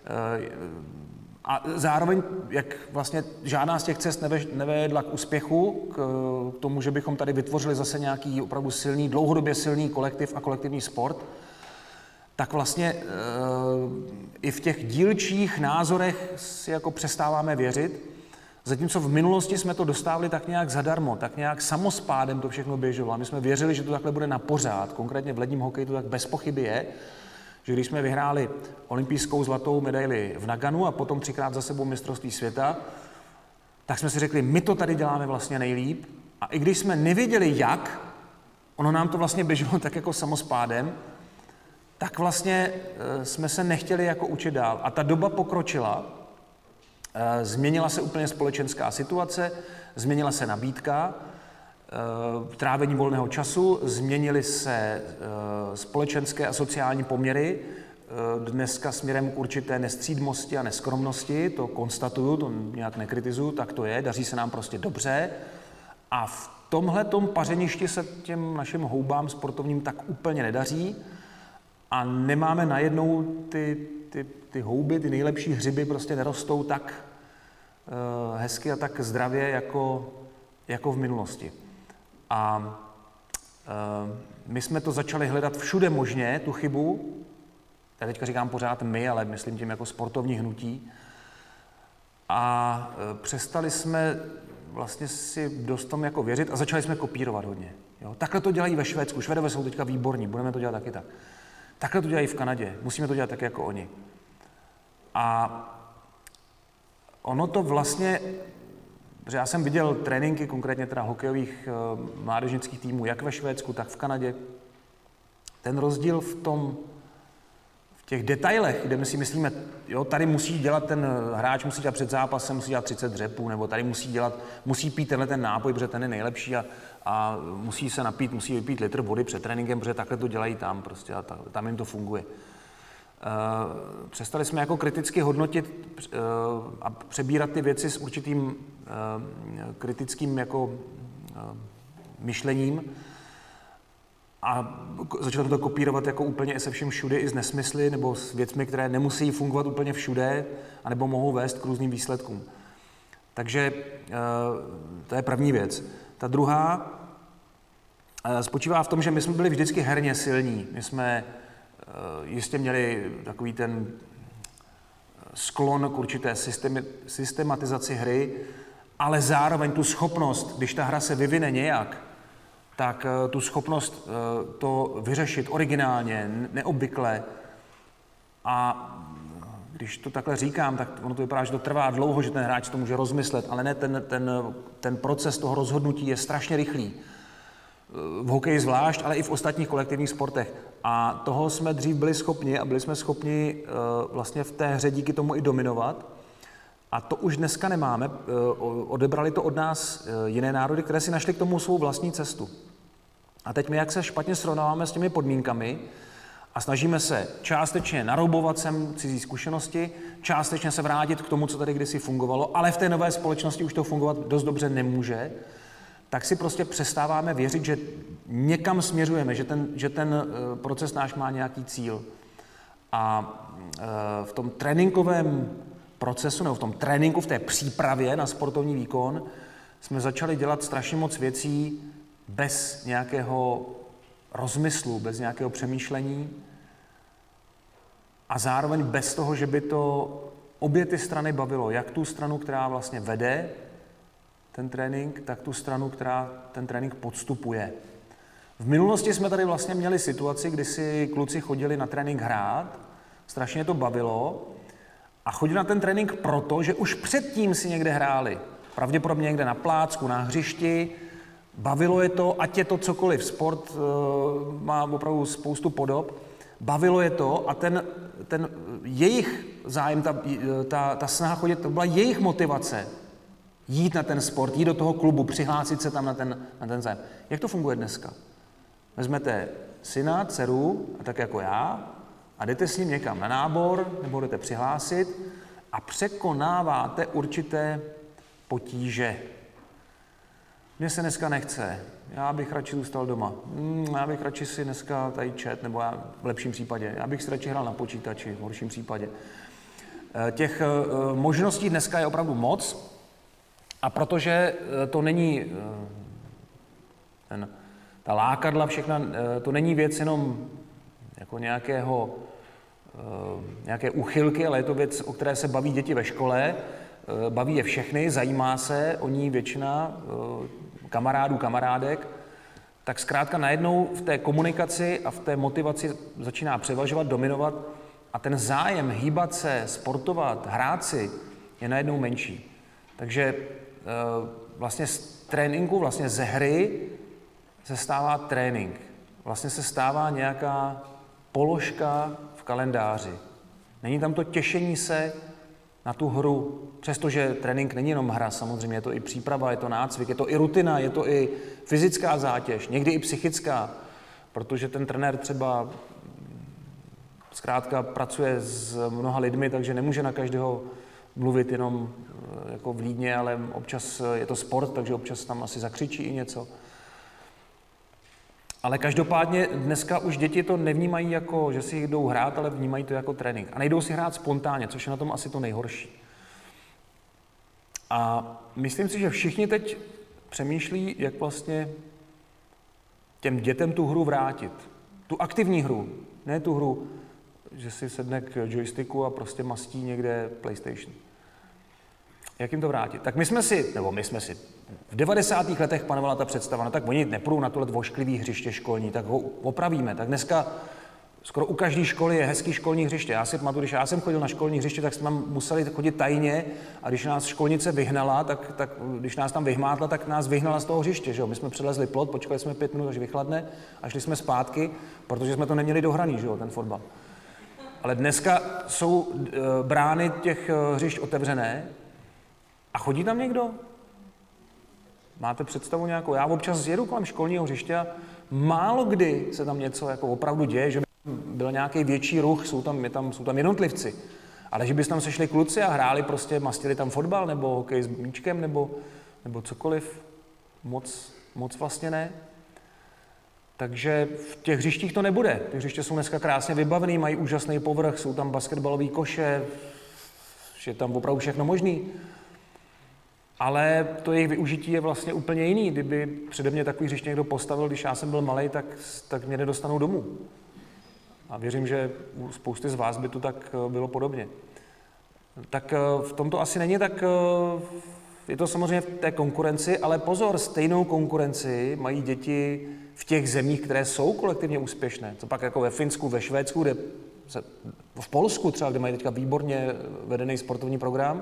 a zároveň, jak vlastně žádná z těch cest nevedla k úspěchu, k tomu, že bychom tady vytvořili zase nějaký opravdu silný, dlouhodobě silný kolektiv a kolektivní sport, tak vlastně i v těch dílčích názorech si jako přestáváme věřit. Zatímco v minulosti jsme to dostávali tak nějak zadarmo, tak nějak samospádem to všechno běželo. A my jsme věřili, že to takhle bude na pořád. Konkrétně v ledním hokeji to tak bez pochyby je, že když jsme vyhráli olympijskou zlatou medaili v Naganu a potom 3krát za sebou mistrovství světa, tak jsme si řekli, my to tady děláme vlastně nejlíp. A i když jsme nevěděli jak, ono nám to vlastně běželo tak jako samospádem, tak vlastně jsme se nechtěli jako učit dál. A ta doba pokročila, změnila se úplně společenská situace, změnila se nabídka, trávení volného času, změnily se společenské a sociální poměry, dneska směrem k určité nestřídmosti a neskromnosti, to konstatuju, to nějak nekritizuju, tak to je, daří se nám prostě dobře a v tomhletom pařeništi se těm našim houbám sportovním tak úplně nedaří a nemáme najednou ty houby, ty nejlepší hřiby prostě nerostou tak hezky a tak zdravě jako v minulosti. A my jsme to začali hledat všude možně, tu chybu. Já teďka říkám pořád my, ale myslím tím jako sportovní hnutí. A přestali jsme vlastně si dost tomu jako věřit a začali jsme kopírovat hodně. Jo? Takhle to dělají ve Švédsku. Švédové jsou teďka výborní, budeme to dělat taky tak. Takhle to dělají v Kanadě, musíme to dělat tak jako oni. A ono to vlastně, protože já jsem viděl tréninky, konkrétně teda hokejových mládežnických týmů, jak ve Švédsku, tak v Kanadě. Ten rozdíl v těch detailech, kde my si myslíme, jo, tady musí dělat ten hráč, musí dělat před zápasem, musí dělat 30 dřepů, nebo tady musí pít tenhle ten nápoj, protože ten je nejlepší a musí se napít, musí vypít litr vody před tréninkem, protože takhle to dělají tam prostě a tam jim to funguje. Přestali jsme jako kriticky hodnotit a přebírat ty věci s určitým kritickým jako myšlením a začali to kopírovat jako úplně se vším všude i s nesmysly nebo s věcmi, které nemusí fungovat úplně všude anebo mohou vést k různým výsledkům. Takže to je první věc. Ta druhá spočívá v tom, že my jsme byli vždycky herně silní. My jsme jistě měli takový ten sklon k určité systematizaci hry, ale zároveň tu schopnost, když ta hra se vyvine nějak, tak tu schopnost to vyřešit originálně, neobvykle. A když to takhle říkám, tak ono to vypadá, že to trvá dlouho, že ten hráč to může rozmyslet, ale ne, ten proces toho rozhodnutí je strašně rychlý. V hokeji zvlášť, ale i v ostatních kolektivních sportech. A toho jsme dřív byli schopni a byli jsme schopni vlastně v té hře díky tomu i dominovat. A to už dneska nemáme. Odebrali to od nás jiné národy, které si našli k tomu svou vlastní cestu. A teď my, jak se špatně srovnáváme s těmi podmínkami a snažíme se částečně naroubovat sem cizí zkušenosti, částečně se vrátit k tomu, co tady kdysi fungovalo, ale v té nové společnosti už to fungovat dost dobře nemůže, tak si prostě přestáváme věřit, že někam směřujeme, že ten proces náš má nějaký cíl. A v tom tréninkovém procesu, nebo v tom tréninku, v té přípravě na sportovní výkon, jsme začali dělat strašně moc věcí bez nějakého rozmyslu, bez nějakého přemýšlení a zároveň bez toho, že by to obě ty strany bavilo. Jak tu stranu, která vlastně vede ten trénink, tak tu stranu, která ten trénink podstupuje. V minulosti jsme tady vlastně měli situaci, kdy si kluci chodili na trénink hrát, strašně to bavilo a chodili na ten trénink proto, že už předtím si někde hráli. Pravděpodobně někde na plácku, na hřišti, bavilo je to, ať je to cokoliv. Sport má opravdu spoustu podob. Bavilo je to a ten jejich zájem, ta snaha chodit, to byla jejich motivace. Jít na ten sport, jít do toho klubu, přihlásit se tam na ten zájem. Jak to funguje dneska? Vezmete syna, dceru, a tak jako já, a jdete s ním někam na nábor, nebo jdete přihlásit a překonáváte určité potíže. Mně se dneska nechce, já bych radši zůstal doma. Já bych radši si dneska tady čet, nebo v lepším případě. Já bych si radši hrál na počítači, v horším případě. Těch možností dneska je opravdu moc a protože to není ta lákadla všechna, to není věc jenom jako nějaké úchylky, ale je to věc, o které se baví děti ve škole, baví je všechny, zajímá se o ní většina kamarádů, kamarádek, tak zkrátka najednou v té komunikaci a v té motivaci začíná převažovat, dominovat a ten zájem hýbat se, sportovat, hrát si je najednou menší. Takže vlastně z tréninku, vlastně ze hry se stává trénink. Vlastně se stává nějaká položka v kalendáři. Není tam to těšení se na tu hru, přestože trénink není jenom hra, samozřejmě je to i příprava, je to nácvik, je to i rutina, je to i fyzická zátěž, někdy i psychická, protože ten trenér třeba zkrátka pracuje s mnoha lidmi, takže nemůže na každého mluvit jenom jako vlídně, ale občas je to sport, takže občas tam asi zakřičí i něco. Ale každopádně dneska už děti to nevnímají jako, že si jdou hrát, ale vnímají to jako trénink. A nejdou si hrát spontánně, což je na tom asi to nejhorší. A myslím si, že všichni teď přemýšlí, jak vlastně těm dětem tu hru vrátit. Tu aktivní hru, ne tu hru, že si sedne k joysticku a prostě mastí někde PlayStation. Jak jim to vrátit? Tak my jsme si, v 90. letech panovala ta představa, no tak oni nepůjdou na tohle vošklivý hřiště školní, tak ho opravíme. Tak dneska skoro u každé školy je hezký školní hřiště. Já si pamatuju, když já jsem chodil na školní hřiště, tak jsme museli chodit tajně a když nás školnice vyhnala, tak když nás tam vyhmátla, tak nás vyhnala z toho hřiště. Že jo? My jsme přelezli plot, počkali jsme 5 minut, až vychladne a šli jsme zpátky, protože jsme to neměli dohraný, že jo, ten fotbal. Ale dneska jsou brány těch hřišť otevřené a chodí tam někdo? Máte představu nějakou? Já občas jedu kolem školního hřiště a málo kdy se tam něco jako opravdu děje, že by byl nějaký větší ruch, jsou tam jednotlivci. Ale že by se tam sešli kluci a hráli prostě, mastili tam fotbal nebo hokej s míčkem nebo cokoliv, moc vlastně ne. Takže v těch hřištích to nebude. Ty hřiště jsou dneska krásně vybavený, mají úžasný povrch, jsou tam basketbalové koše, je tam opravdu všechno možný. Ale to jejich využití je vlastně úplně jiný. Kdyby přede mě takový hřiště někdo postavil, když já jsem byl malej, tak mě nedostanou domů. A věřím, že u spousty z vás by to tak bylo podobně. Tak v tom to asi není, tak je to samozřejmě v té konkurenci, ale pozor, stejnou konkurenci mají děti v těch zemích, které jsou kolektivně úspěšné. Co pak jako ve Finsku, ve Švédsku, v Polsku třeba, kde mají teďka výborně vedený sportovní program,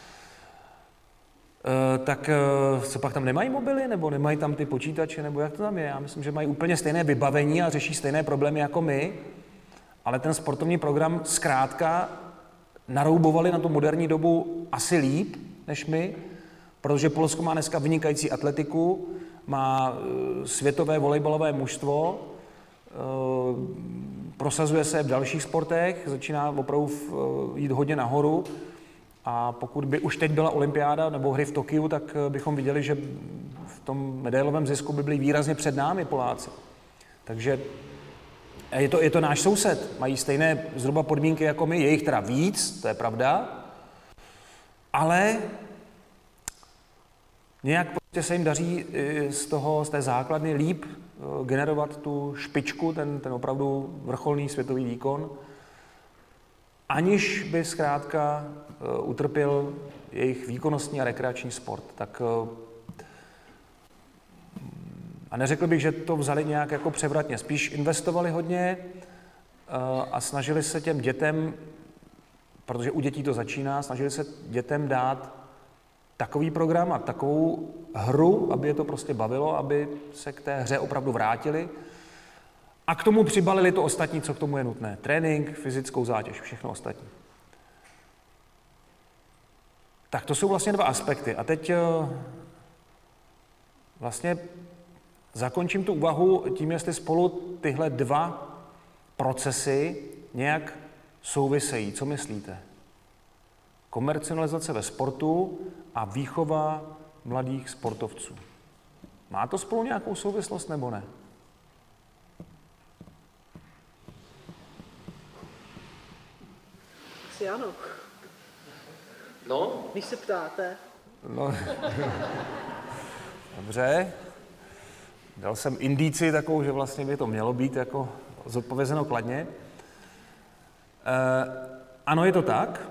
tak co pak tam nemají mobily, nebo nemají tam ty počítače, nebo jak to tam je? Já myslím, že mají úplně stejné vybavení a řeší stejné problémy jako my, ale ten sportovní program zkrátka naroubovali na tu moderní dobu asi líp než my, protože Polsko má dneska vynikající atletiku, má světové volejbalové mužstvo, prosazuje se v dalších sportech, začíná opravdu jít hodně nahoru. A pokud by už teď byla olympiáda nebo hry v Tokiu, tak bychom viděli, že v tom medailovém zisku by byli výrazně před námi Poláci. Takže je to náš soused, mají stejné zhruba podmínky jako my, je jich teda víc, to je pravda, ale nějak prostě se jim daří z té základny líp generovat tu špičku, ten opravdu vrcholný světový výkon, aniž by zkrátka utrpěl jejich výkonnostní a rekreační sport. Tak, a neřekl bych, že to vzali nějak jako převratně. Spíš investovali hodně a snažili se těm dětem, protože u dětí to začíná, snažili se dětem dát takový program a takovou hru, aby je to prostě bavilo, aby se k té hře opravdu vrátili. A k tomu přibalili to ostatní, co k tomu je nutné. Trénink, fyzickou zátěž, všechno ostatní. Tak to jsou vlastně 2 aspekty. A teď vlastně zakončím tu úvahu tím, jestli spolu tyhle 2 procesy nějak souvisejí. Co myslíte? Komercionalizace ve sportu a výchova mladých sportovců. Má to spolu nějakou souvislost nebo ne? Ano. No? Když se ptáte. No. Dobře. Dal jsem indici takovou, že vlastně by to mělo být jako zodpovězeno kladně. Ano, je to tak.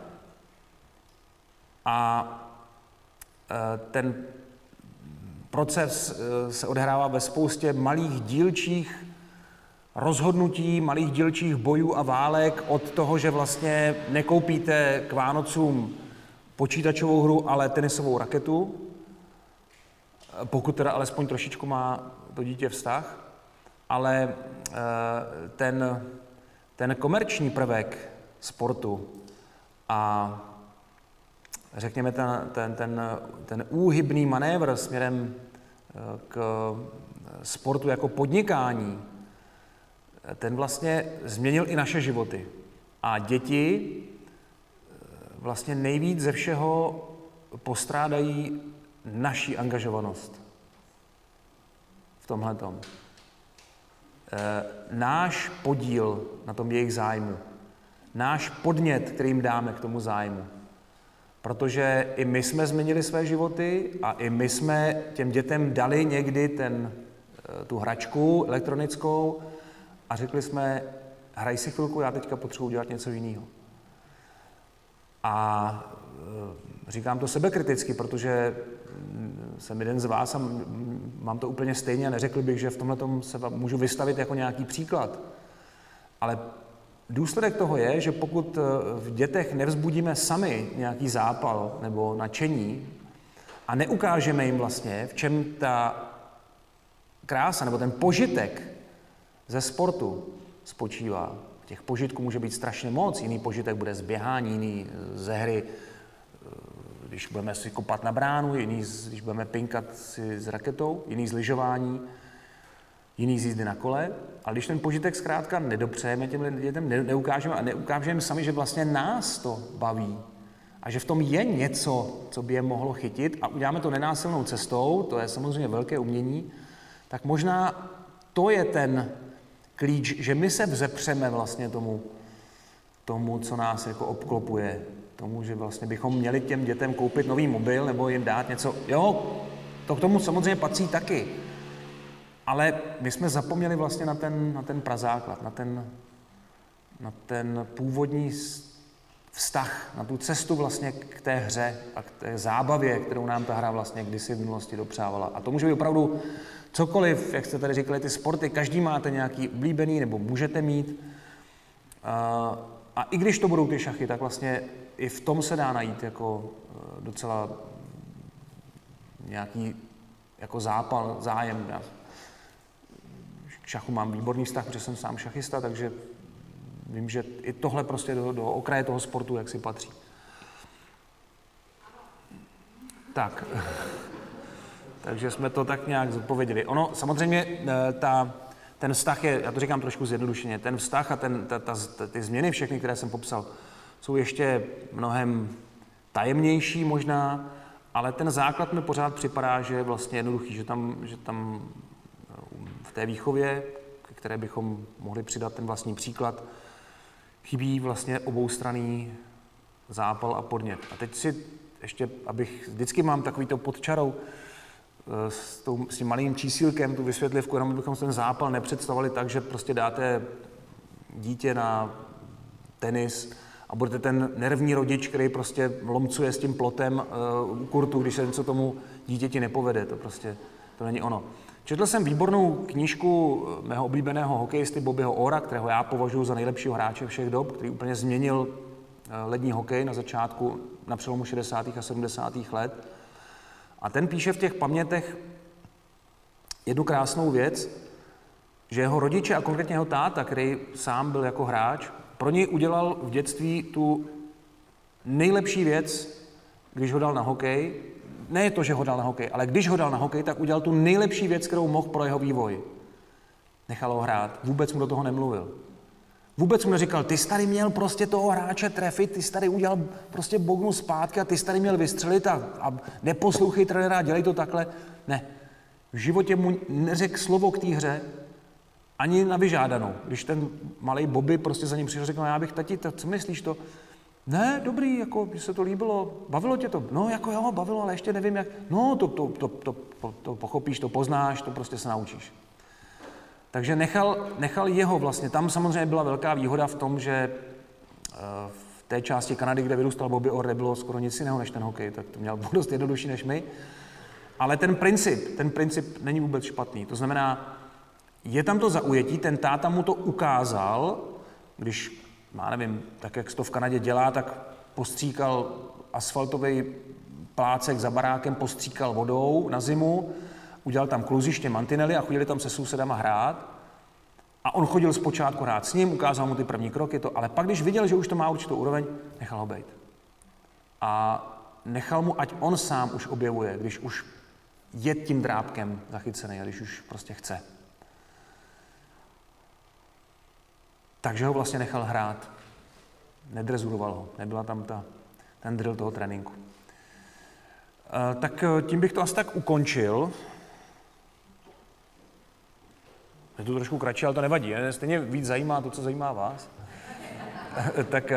A ten proces se odehrává ve spoustě malých dílčích rozhodnutí, malých dílčích bojů a válek od toho, že vlastně nekoupíte k Vánocům počítačovou hru, ale tenisovou raketu, pokud teda alespoň trošičku má to dítě vztah, ale ten komerční prvek sportu a řekněme ten úhybný manévr směrem k sportu jako podnikání, ten vlastně změnil i naše životy. A děti vlastně nejvíc ze všeho postrádají naši angažovanost v tomhletom. Náš podíl na tom jejich zájmu, náš podnět, který jim dáme k tomu zájmu. Protože i my jsme změnili své životy a i my jsme těm dětem dali někdy tu hračku elektronickou a řekli jsme, hraj si chvilku, já teďka potřebuji dělat něco jiného. A říkám to sebekriticky, protože jsem jeden z vás a mám to úplně stejně a neřekl bych, že v tomhletom se můžu vystavit jako nějaký příklad. Ale důsledek toho je, že pokud v dětech nevzbudíme sami nějaký zápal nebo nadšení a neukážeme jim vlastně, v čem ta krása nebo ten požitek ze sportu spočívá. Těch požitků může být strašně moc. Jiný požitek bude z běhání, jiný ze hry, když budeme si kopat na bránu, jiný, když budeme pinkat si s raketou, jiný z lyžování, jiný z jízdy na kole. Ale když ten požitek zkrátka nedopřejeme těm dětem, neukážeme a neukážeme sami, že vlastně nás to baví a že v tom je něco, co by je mohlo chytit a uděláme to nenásilnou cestou, to je samozřejmě velké umění, tak možná to je ten klíč, že my se vzepřeme vlastně tomu, co nás jako obklopuje, tomu, že vlastně bychom měli těm dětem koupit nový mobil nebo jim dát něco. Jo, to k tomu samozřejmě patří taky. Ale my jsme zapomněli vlastně na ten prazáklad, na ten původní vztah, na tu cestu vlastně k té hře a k té zábavě, kterou nám ta hra vlastně kdysi v minulosti dopřávala. A to může být opravdu cokoliv, jak jste tady říkali, ty sporty, každý máte nějaký oblíbený, nebo můžete mít. A i když to budou ty šachy, tak vlastně i v tom se dá najít jako docela nějaký jako zápal, zájem. Já k šachu mám výborný vztah, protože jsem sám šachista, takže vím, že i tohle prostě do okraje toho sportu jak si patří. Tak. Takže jsme to tak nějak zodpověděli. Ono, samozřejmě, ten vztah je, já to říkám trošku zjednodušeně, ten vztah a ty změny všechny, které jsem popsal, jsou ještě mnohem tajemnější možná, ale ten základ mi pořád připadá, že je vlastně jednoduchý, že tam v té výchově, které bychom mohli přidat ten vlastní příklad, chybí vlastně oboustranný zápal a podnět. A teď si ještě, vždycky mám takovýto pod čarou, s tím malým čísílkem, tu vysvětlivku, jenom bychom ten zápal nepředstavovali tak, že prostě dáte dítě na tenis a budete ten nervní rodič, který prostě lomcuje s tím plotem u kurtu, když se něco tomu dítěti nepovede. To není ono. Četl jsem výbornou knížku mého oblíbeného hokejisty Bobbyho Orra, kterého já považuji za nejlepšího hráče všech dob, který úplně změnil lední hokej na přelomu 60. a 70. let. A ten píše v těch pamětech jednu krásnou věc, že jeho rodiče a konkrétně jeho táta, který sám byl jako hráč, pro něj udělal v dětství tu nejlepší věc, když ho dal na hokej. Ne to, že ho dal na hokej, ale když ho dal na hokej, tak udělal tu nejlepší věc, kterou mohl pro jeho vývoj. Nechal ho hrát, vůbec mu do toho nemluvil. Vůbec mu neříkal, ty jsi tady měl prostě toho hráče trefit, ty jsi tady udělal prostě bognu zpátky a ty jsi tady měl vystřelit a neposlouchej trenéra, dělej to takhle. Ne. V životě mu neřekl slovo k té hře, ani na vyžádanou. Když ten malej Bobby prostě za ním přišel, řekl, já bych tati, co myslíš to? Ne, dobrý, jako, že se to líbilo, bavilo tě to? No, jako jo, bavilo, ale ještě nevím, jak. No, to pochopíš, to poznáš, to prostě se naučíš. Takže nechal jeho vlastně. Tam samozřejmě byla velká výhoda v tom, že v té části Kanady, kde vyrůstal Bobby Orr, nebylo skoro nic jiného než ten hokej, tak to měl dost jednodušší než my. Ale ten princip není vůbec špatný. To znamená, je tam to zaujetí, ten táta mu to ukázal, když, já nevím, tak jak se to v Kanadě dělá, tak postříkal asfaltový plácek za barákem, postříkal vodou na zimu, udělal tam kluziště, mantinely a chodili tam se sousedama hrát. A on chodil zpočátku hrát s ním, ukázal mu ty první kroky, ale pak, když viděl, že už to má určitou úroveň, nechal ho bejt. A nechal mu, ať on sám už objevuje, když už je tím drápkem zachycený a když už prostě chce. Takže ho vlastně nechal hrát. Nedrezuroval ho. Nebyla tam ten drill toho tréninku. Tak tím bych to asi tak ukončil. Je to trošku kratší, ale to nevadí. Stejně víc zajímá to, co zajímá vás. Tak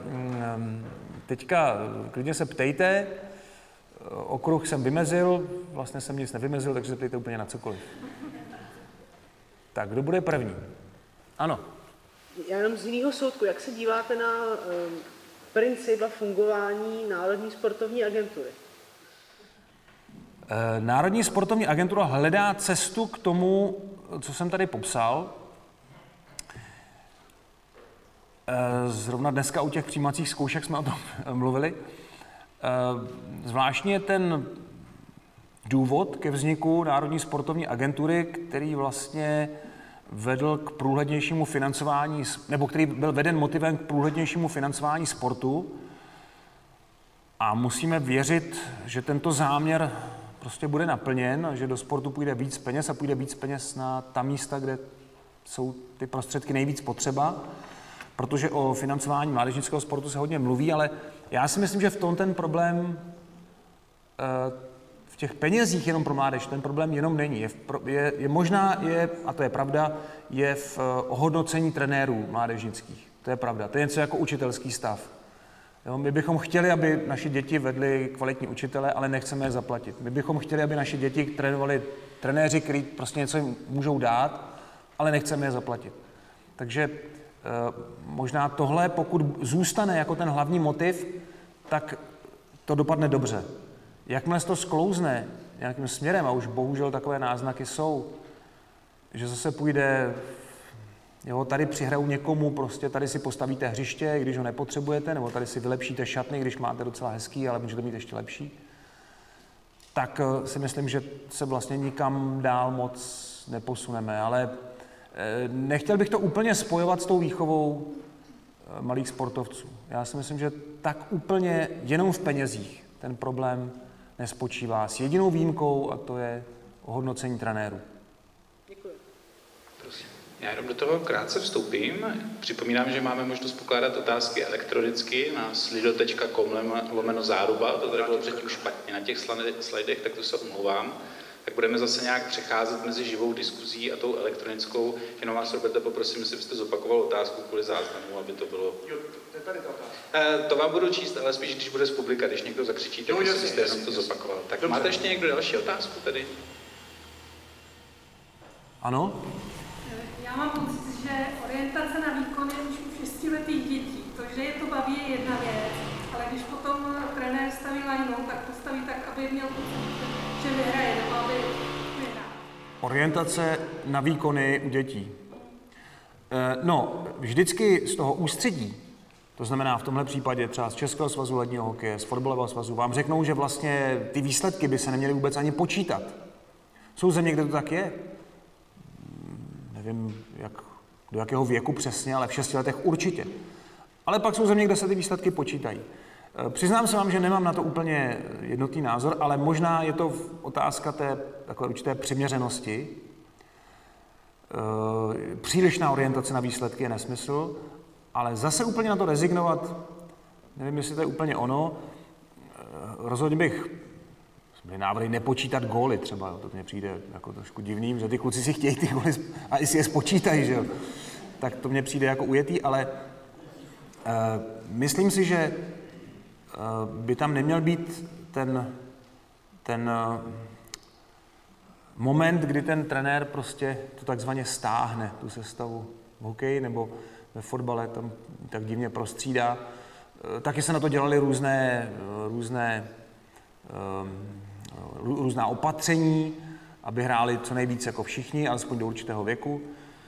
teďka klidně se ptejte. Okruh jsem vymezil, vlastně jsem nic nevymezil, takže se ptejte úplně na cokoliv. Tak, kdo bude první? Ano. Já jenom z jiného soudku, jak se díváte na princip a fungování Národní sportovní agentury? Národní sportovní agentura hledá cestu k tomu, co jsem tady popsal. Zrovna dneska u těch přijímacích zkoušek jsme o tom mluvili. Zvláštně je ten důvod ke vzniku Národní sportovní agentury, který vlastně vedl k průhlednějšímu financování, nebo který byl veden motivem k průhlednějšímu financování sportu. A musíme věřit, že tento záměr prostě bude naplněn, že do sportu půjde víc peněz a půjde víc peněz na ta místa, kde jsou ty prostředky nejvíc potřeba, protože o financování mládežnického sportu se hodně mluví, ale já si myslím, že v tom ten problém, v těch penězích jenom pro mládež, ten problém jenom není. Je možná, a to je pravda, je v ohodnocení trenérů mládežnických. To je pravda. To je něco jako učitelský stav. Jo, my bychom chtěli, aby naši děti vedli kvalitní učitele, ale nechceme je zaplatit. My bychom chtěli, aby naši děti trénovali trenéři, kteří prostě něco jim můžou dát, ale nechceme je zaplatit. Takže možná tohle, pokud zůstane jako ten hlavní motiv, tak to dopadne dobře. Jakmile to sklouzne nějakým směrem, a už bohužel takové náznaky jsou, že zase půjde, jo, tady přihrajou někomu, prostě tady si postavíte hřiště, když ho nepotřebujete, nebo tady si vylepšíte šatny, když máte docela hezký, ale můžete mít ještě lepší, tak si myslím, že se vlastně nikam dál moc neposuneme, ale nechtěl bych to úplně spojovat s tou výchovou malých sportovců. Já si myslím, že tak úplně jenom v penězích ten problém nespočívá s jedinou výjimkou, a to je ohodnocení trenérů. Děkuji. Prosím. Já jenom do toho krátce vstoupím. Připomínám, že máme možnost pokládat otázky elektronicky na slido.com/záruba. To tady bylo předtím špatně na těch slajdech, tak to se omlouvám. Tak budeme zase nějak přecházet mezi živou diskuzí a tou elektronickou. Jenom vás, Roberte, poprosím, jestli byste zopakoval otázku kvůli záznamu, aby to bylo... Jo, to je tady ta otázka. To vám budu číst, ale spíš, když bude z publika, když někdo zakřičí, tak jestli byste jenom to zopakoval. Tak dobře. Máte ještě někdo další otázku tady? Ano? Já mám pocit, že orientace na výkon je už u 6letých dětí. To, že je to baví, je jedna věc, ale když potom trenér staví lineou, tak to staví tak, aby měl pocit, že vyhraje, nebo aby vyhrál. Orientace na výkony u dětí. No, vždycky z toho ústředí, to znamená v tomhle případě třeba z Českého svazu ledního hokeje, z fotbalového svazu, vám řeknou, že vlastně ty výsledky by se neměly vůbec ani počítat. Jsou země, kde to tak je. Nevím, do jakého věku přesně, ale v 6 letech určitě. Ale pak jsou země, kde se ty výsledky počítají. Přiznám se vám, že nemám na to úplně jednotný názor, ale možná je to otázka té takové určité přiměřenosti. Přílišná orientace na výsledky je nesmysl, ale zase úplně na to rezignovat, nevím, jestli to je úplně ono. Rozhodně bych byly návrhy nepočítat góly třeba, to mně přijde jako trošku divným, že ty kluci si chtějí ty góly a i si je spočítají, že jo. Tak to mně přijde jako ujetý, ale myslím si, že by tam neměl být ten moment, kdy ten trenér prostě to takzvaně stáhne, tu sestavu v hokeji nebo ve fotbale, tam tak divně prostřídá. Taky se na to dělaly různá opatření, aby hráli co nejvíc jako všichni, alespoň do určitého věku.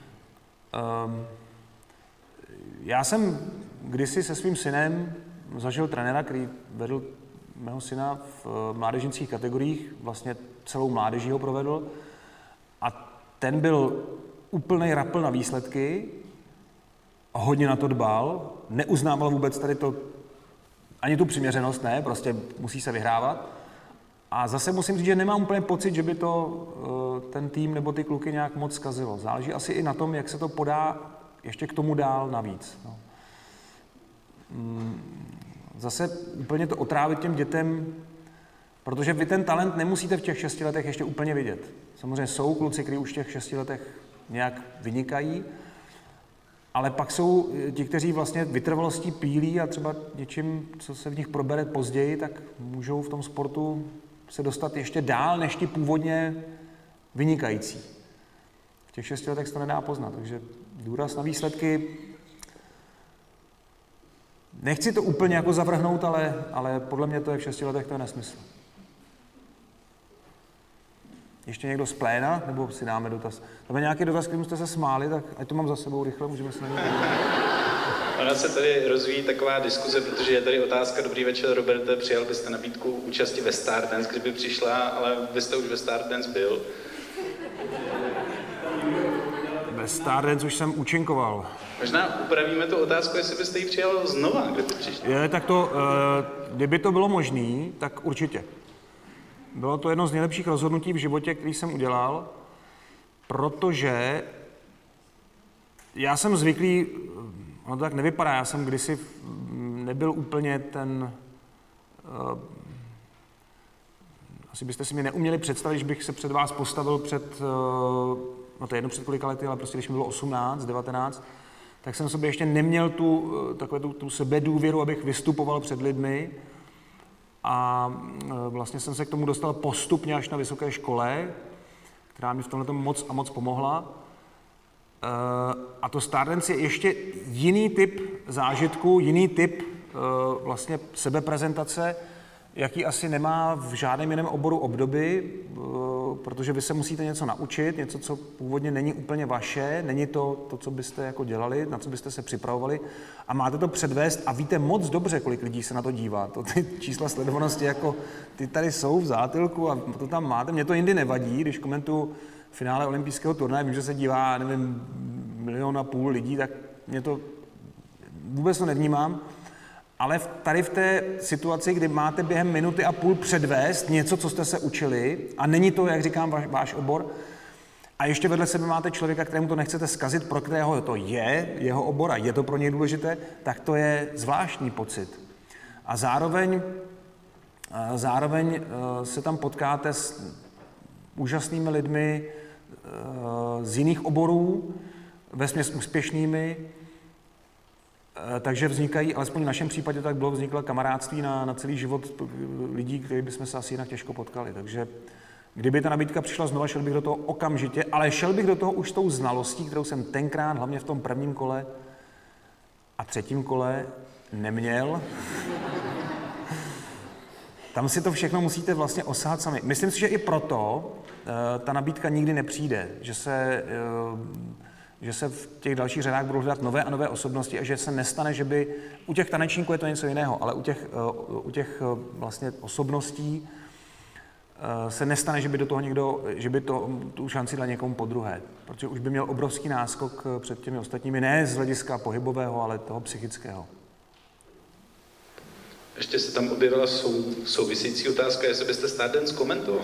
Já jsem kdysi se svým synem zažil trenéra, který vedl mého syna v mládežnických kategoriích, vlastně celou mládeží ho provedl, a ten byl úplnej rapl na výsledky a hodně na to dbal, neuznával vůbec tady to, ani tu přiměřenost, ne, prostě musí se vyhrávat. A zase musím říct, že nemám úplně pocit, že by to ten tým nebo ty kluky nějak moc zkazilo. Záleží asi i na tom, jak se to podá ještě k tomu dál navíc. No. zase úplně to otrávit těm dětem, protože vy ten talent nemusíte v těch 6 letech ještě úplně vidět. Samozřejmě jsou kluci, kteří už v těch 6 letech nějak vynikají, ale pak jsou ti, kteří vlastně vytrvalostí pílí a třeba něčím, co se v nich probere později, tak můžou v tom sportu se dostat ještě dál, než ti původně vynikající. V těch 6 letech se to nedá poznat, takže důraz na výsledky. Nechci to úplně jako zavrhnout, ale podle mě to je v 6 letech, to je nesmysl. Ještě někdo z pléna, nebo si dáme dotaz? Tam je nějaký dotaz, kterým jste se smáli, tak ať to mám za sebou rychle, můžeme se na něj. Ona se tady rozvíjí taková diskuze, protože je tady otázka, dobrý večer, Roberte, přijal byste nabídku účasti ve Stardance, kdyby přišla, ale vy jste už ve Stardance byl. Ve Stardance už jsem účinkoval. Možná upravíme tu otázku, jestli byste ji přijal znova, kdyby přišla. Tak to, kdyby to bylo možné, tak určitě. Bylo to jedno z nejlepších rozhodnutí v životě, který jsem udělal, protože já jsem zvyklý, ono to tak nevypadá, já jsem kdysi nebyl úplně ten, asi byste si mě neuměli představit, když bych se před vás postavil před, no to je jedno před kolika lety, ale prostě když mi bylo 18, 19, tak jsem sobě ještě neměl tu sebedůvěru, abych vystupoval před lidmi. A vlastně jsem se k tomu dostal postupně až na vysoké škole, která mi v tomhle moc a moc pomohla. A to Stardance je ještě jiný typ zážitku, jiný typ vlastně sebeprezentace, jaký asi nemá v žádném jiném oboru obdoby, protože vy se musíte něco naučit, něco, co původně není úplně vaše, není to, co byste jako dělali, na co byste se připravovali a máte to předvést a víte moc dobře, kolik lidí se na to dívá. Ty čísla sledovanosti, jako ty tady jsou v zátilku a to tam máte. Mně to jindy nevadí, když komentuju finále olympijského turnaje, vím, že se dívá, nevím, 1,5 milionu lidí, tak mě to vůbec to nevnímám. Ale tady v té situaci, kdy máte během minuty a půl předvést něco, co jste se učili, a není to, jak říkám, váš obor, a ještě vedle sebe máte člověka, kterému to nechcete zkazit, pro kterého to je jeho obor a je to pro něj důležité, tak to je zvláštní pocit. A zároveň se tam potkáte s úžasnými lidmi z jiných oborů, vesměs úspěšnými, takže vznikají, alespoň v našem případě tak bylo, vzniklo kamarádství na celý život lidí, který bychom se asi jinak těžko potkali. Takže kdyby ta nabídka přišla znova, šel bych do toho okamžitě, ale šel bych do toho už s tou znalostí, kterou jsem tenkrát, hlavně v tom prvním kole a třetím kole, neměl. Tam si to všechno musíte vlastně osahat sami. Myslím si, že i proto ta nabídka nikdy nepřijde, že se v těch dalších řadách budou hledat nové a nové osobnosti a že se nestane, že by u těch tanečníků je to něco jiného, ale u těch vlastně osobností se nestane, že by do toho někdo, že by tu šanci dal někomu podruhé, protože už by měl obrovský náskok před těmi ostatními, ne z hlediska pohybového, ale toho psychického. Ještě se tam objevila související otázka, jestli byste Stardance komentoval.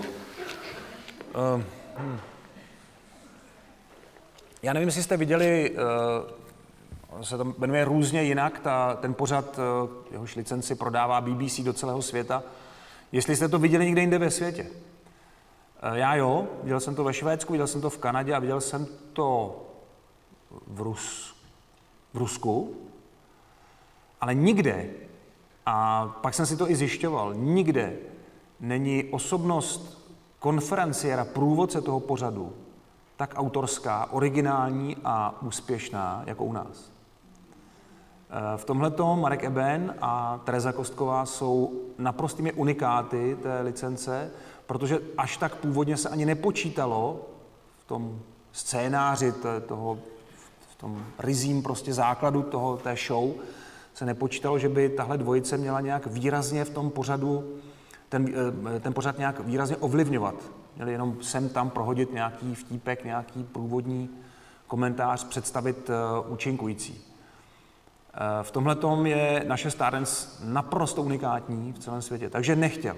Já nevím, jestli jste viděli, se to jmenuje různě jinak, ten pořad, jehož licenci prodává BBC do celého světa. Jestli jste to viděli někde jinde ve světě. Já jo, viděl jsem to ve Švédsku, viděl jsem to v Kanadě a viděl jsem to v Rusku, ale nikde, a pak jsem si to i zjišťoval, nikde není osobnost konferenciéra, průvodce toho pořadu, tak autorská, originální a úspěšná, jako u nás. V tomhletom Marek Eben a Tereza Kostková jsou naprostými unikáty té licence, protože až tak původně se ani nepočítalo v tom scénáři, v tom rizím prostě základu té show, se nepočítalo, že by tahle dvojice měla nějak výrazně v tom pořadu, ten pořad nějak výrazně ovlivňovat. Měli jenom sem tam prohodit nějaký vtípek, nějaký průvodní komentář, představit účinkující. V tomhletom je naše Stardance naprosto unikátní v celém světě, takže nechtěl.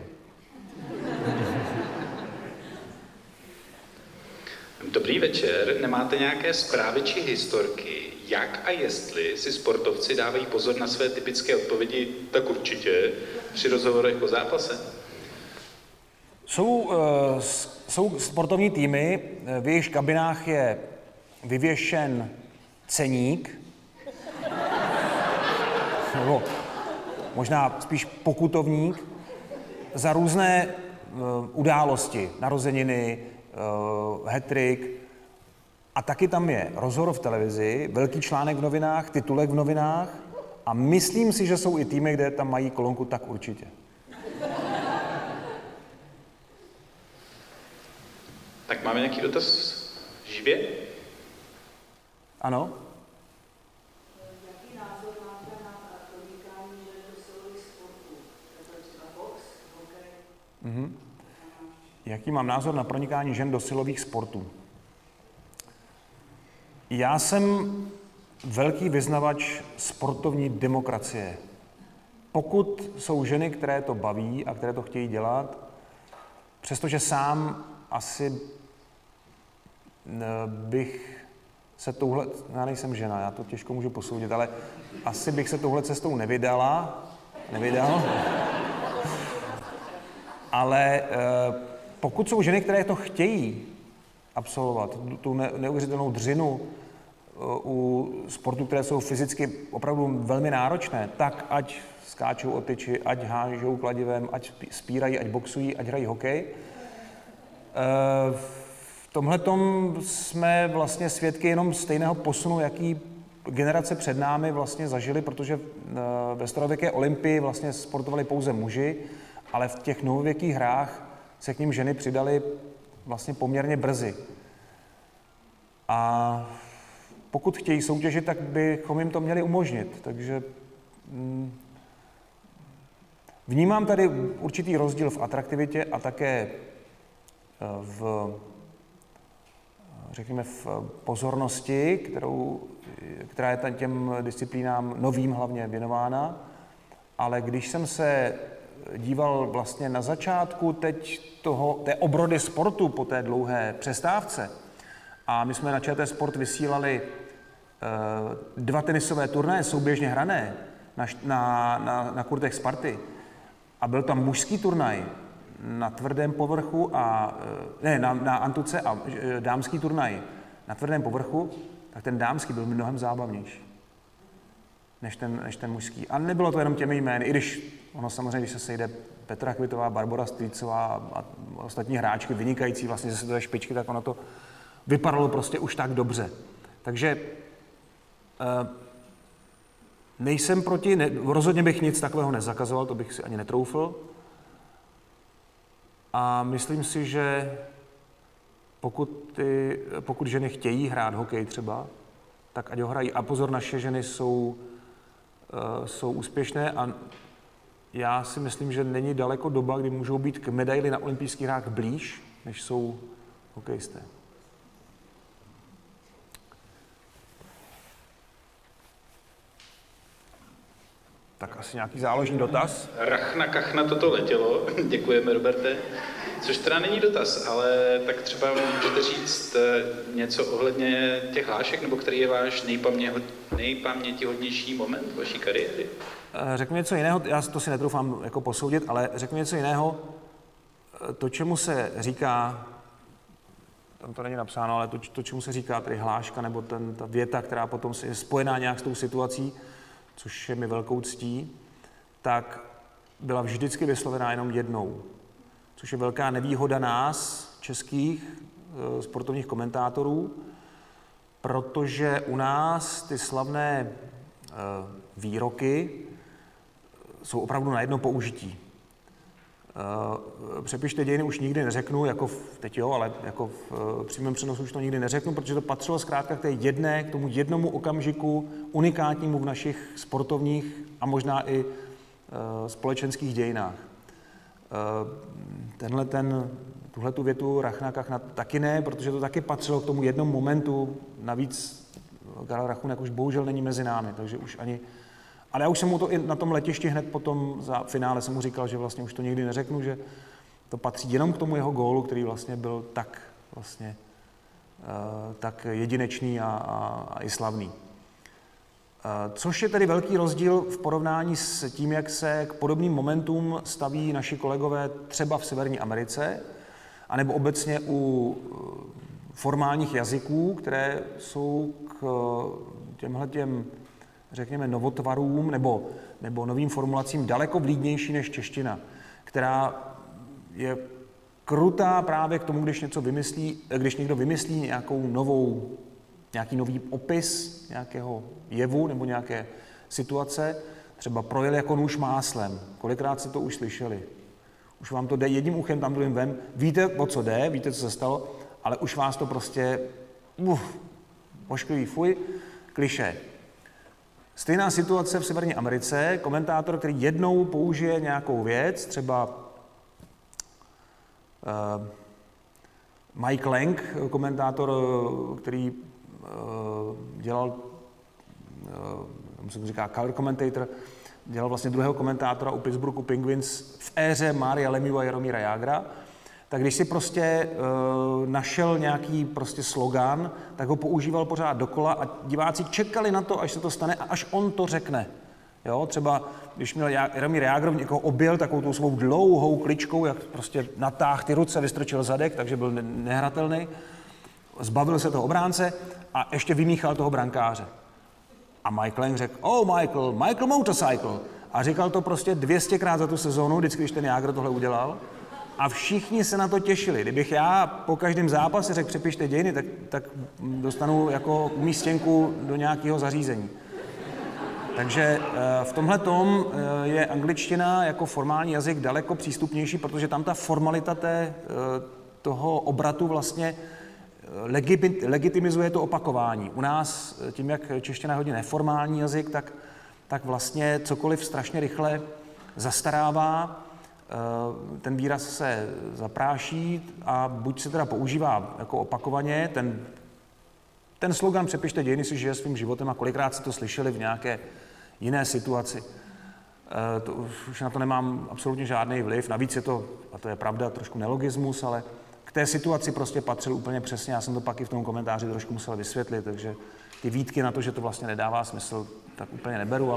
Dobrý večer, nemáte nějaké zprávy či historky, Jak a jestli si sportovci dávají pozor na své typické odpovědi, tak určitě, při rozhovorech po zápase? Jsou sportovní týmy, v jejich kabinách je vyvěšen ceník, nebo možná spíš pokutovník, za různé události, narozeniny, hat-trick. A taky tam je rozhovor v televizi, velký článek v novinách, titulek v novinách a myslím si, že jsou i týmy, kde tam mají kolonku tak určitě. Tak máme nějaký dotaz živě? Ano? Jaký názor máte na pronikání žen do silových sportů? Jako třeba box, hokej? Jaký mám názor na pronikání žen do silových sportů? Já jsem velký vyznavač sportovní demokracie. Pokud jsou ženy, které to baví a které to chtějí dělat, přestože sám asi bych se touhle, já nejsem žena, já to těžko můžu posoudit, ale asi bych se touhle cestou nevydal, ale pokud jsou ženy, které to chtějí absolvovat, tu neuvěřitelnou dřinu u sportů, které jsou fyzicky opravdu velmi náročné, tak ať skáčou o tyči, ať hážou kladivem, ať spírají, ať boxují, ať hrají hokej. V tomhletom jsme vlastně svědky jenom stejného posunu, jaký generace před námi vlastně zažili, protože ve starověké Olympii vlastně sportovali pouze muži, ale v těch novověkých hrách se k nim ženy přidaly vlastně poměrně brzy. A pokud chtějí soutěžit, tak bychom jim to měli umožnit. Takže vnímám tady určitý rozdíl v atraktivitě a také řekněme, v pozornosti, která je těm disciplínám novým hlavně věnována. Ale když jsem se díval vlastně na začátku té obrody sportu po té dlouhé přestávce a my jsme na ČT Sport vysílali 2 tenisové turnaje souběžně hrané na kurtech Sparty a byl tam mužský turnaj na tvrdém povrchu na antuce a dámský turnaj na tvrdém povrchu, tak ten dámský byl mnohem zábavnější než ten mužský. A nebylo to jenom těmi jmény, i když ono samozřejmě, když se sejde Petra Kvitová, Barbora Strýcová a ostatní hráčky vynikající vlastně ze světové špičky, tak ono to vypadalo prostě už tak dobře. Takže nejsem proti, rozhodně bych nic takového nezakazoval, to bych si ani netroufl. A myslím si, že pokud ženy chtějí hrát hokej třeba, tak ať ho hrají. A pozor, naše ženy jsou úspěšné a já si myslím, že není daleko doba, kdy můžou být k medaili na olympijských hrách blíž, než jsou hokejisté. Tak asi nějaký záložní dotaz? Rachna kachna toto letělo, děkujeme, Roberte. Což teda není dotaz, ale tak třeba můžete říct něco ohledně těch hlášek, nebo který je váš nejpamětihodnější moment vaší kariéry? Řeknu něco jiného, já to si netroufám jako posoudit, ale řeknu něco jiného. To, čemu se říká, tam to není napsáno, ale to čemu se říká tedy hláška, nebo ta věta, která potom je spojená nějak s tou situací, což je mi velkou ctí, tak byla vždycky vyslovená jenom jednou. Což je velká nevýhoda nás, českých sportovních komentátorů, protože u nás ty slavné výroky jsou opravdu na jedno použití. Přepište dějiny už nikdy neřeknu, teď jo, ale jako v přímém přenosu už to nikdy neřeknu, protože to patřilo zkrátka k tomu jednomu okamžiku, unikátnímu v našich sportovních a možná i společenských dějinách. Tuhletu větu Rachna kachna taky ne, protože to taky patřilo k tomu jednomu momentu, navíc Karel Rachunek už bohužel není mezi námi, takže už ani. Ale já už jsem mu to i na tom letišti hned potom za finále jsem mu říkal, že vlastně už to nikdy neřeknu, že to patří jenom k tomu jeho gólu, který vlastně byl tak jedinečný a i slavný. Což je tedy velký rozdíl v porovnání s tím, jak se k podobným momentům staví naši kolegové třeba v Severní Americe, anebo obecně u formálních jazyků, které jsou k těmhletěm, řekněme, novotvarům nebo novým formulacím daleko vlídnější než čeština, která je krutá právě k tomu, když někdo vymyslí nějaký nový opis nějakého jevu nebo nějaké situace, třeba projel jako nůž máslem. Kolikrát jste to už slyšeli? Už vám to jde jedním uchem, tam druhým ven. Víte, o co jde, víte, co se stalo, ale už vás to prostě ošklivý fuj, klišé. Stejná situace v Severní Americe, komentátor, který jednou použije nějakou věc, třeba Mike Lang, komentátor, který dělal, se to říká color commentator, dělal vlastně druhého komentátora u Pittsburghu Penguins v éře Mária Lemieux a Jaromíra Jágra, tak když si prostě našel nějaký prostě slogan, tak ho používal pořád dokola a diváci čekali na to, až se to stane a až on to řekne. Jo, třeba když měl Jaromír Jágr někoho objel takovou tou svou dlouhou kličkou, jak prostě natáhl ty ruce, vystrčil zadek, takže byl nehratelný, zbavil se toho obránce a ještě vymíchal toho brankáře. A Mike Lang řekl, Michael Motorcycle. A říkal to prostě 200krát za tu sezónu, vždycky, když ten Jágr tohle udělal. A všichni se na to těšili. Kdybych já po každém zápase řekl, přepište dějiny, tak dostanu jako umístěnku do nějakého zařízení. Takže v tomhletom je angličtina jako formální jazyk daleko přístupnější, protože tam ta formalita toho obratu vlastně legitimizuje to opakování. U nás, tím, jak čeština je hodně neformální jazyk, tak vlastně cokoliv strašně rychle zastarává, ten výraz se zapráší a buď se teda používá jako opakovaně, ten slogan přepište dějiny si žije svým životem a kolikrát si to slyšeli v nějaké jiné situaci. Už na to nemám absolutně žádný vliv, navíc je to, a to je pravda, trošku nelogismus, ale k té situaci prostě patřil úplně přesně, já jsem to pak i v tom komentáři trošku musel vysvětlit, takže ty výtky na to, že to vlastně nedává smysl, tak úplně neberu,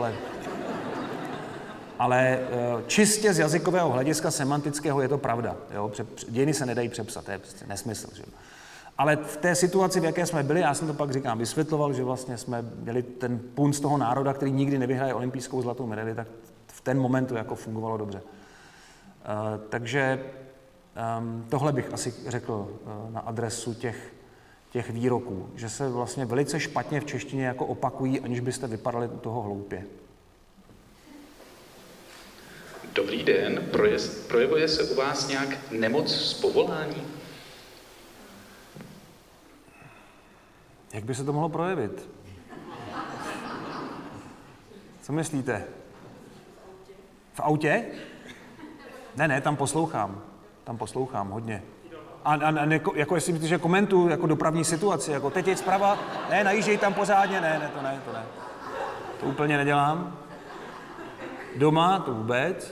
ale čistě z jazykového hlediska semantického je to pravda. Jo? Dějiny se nedají přepsat, to je prostě nesmysl. Že? Ale v té situaci, v jaké jsme byli, já jsem to pak vysvětloval, že vlastně jsme měli ten punt z toho národa, který nikdy nevyhraje olympijskou zlatou medaili, tak v ten moment to jako fungovalo dobře. Takže tohle bych asi řekl na adresu těch výroků, že se vlastně velice špatně v češtině jako opakují, aniž byste vypadali u toho hloupě. Dobrý den, projevuje se u vás nějak nemoc z povolání? Jak by se to mohlo projevit? Co myslíte? V autě? Ne, tam poslouchám hodně. A jako jestli myslíte, že komentuju jako dopravní situaci, jako teď je zprava, ne, najížděj tam pořádně, ne. To úplně nedělám. Doma to vůbec.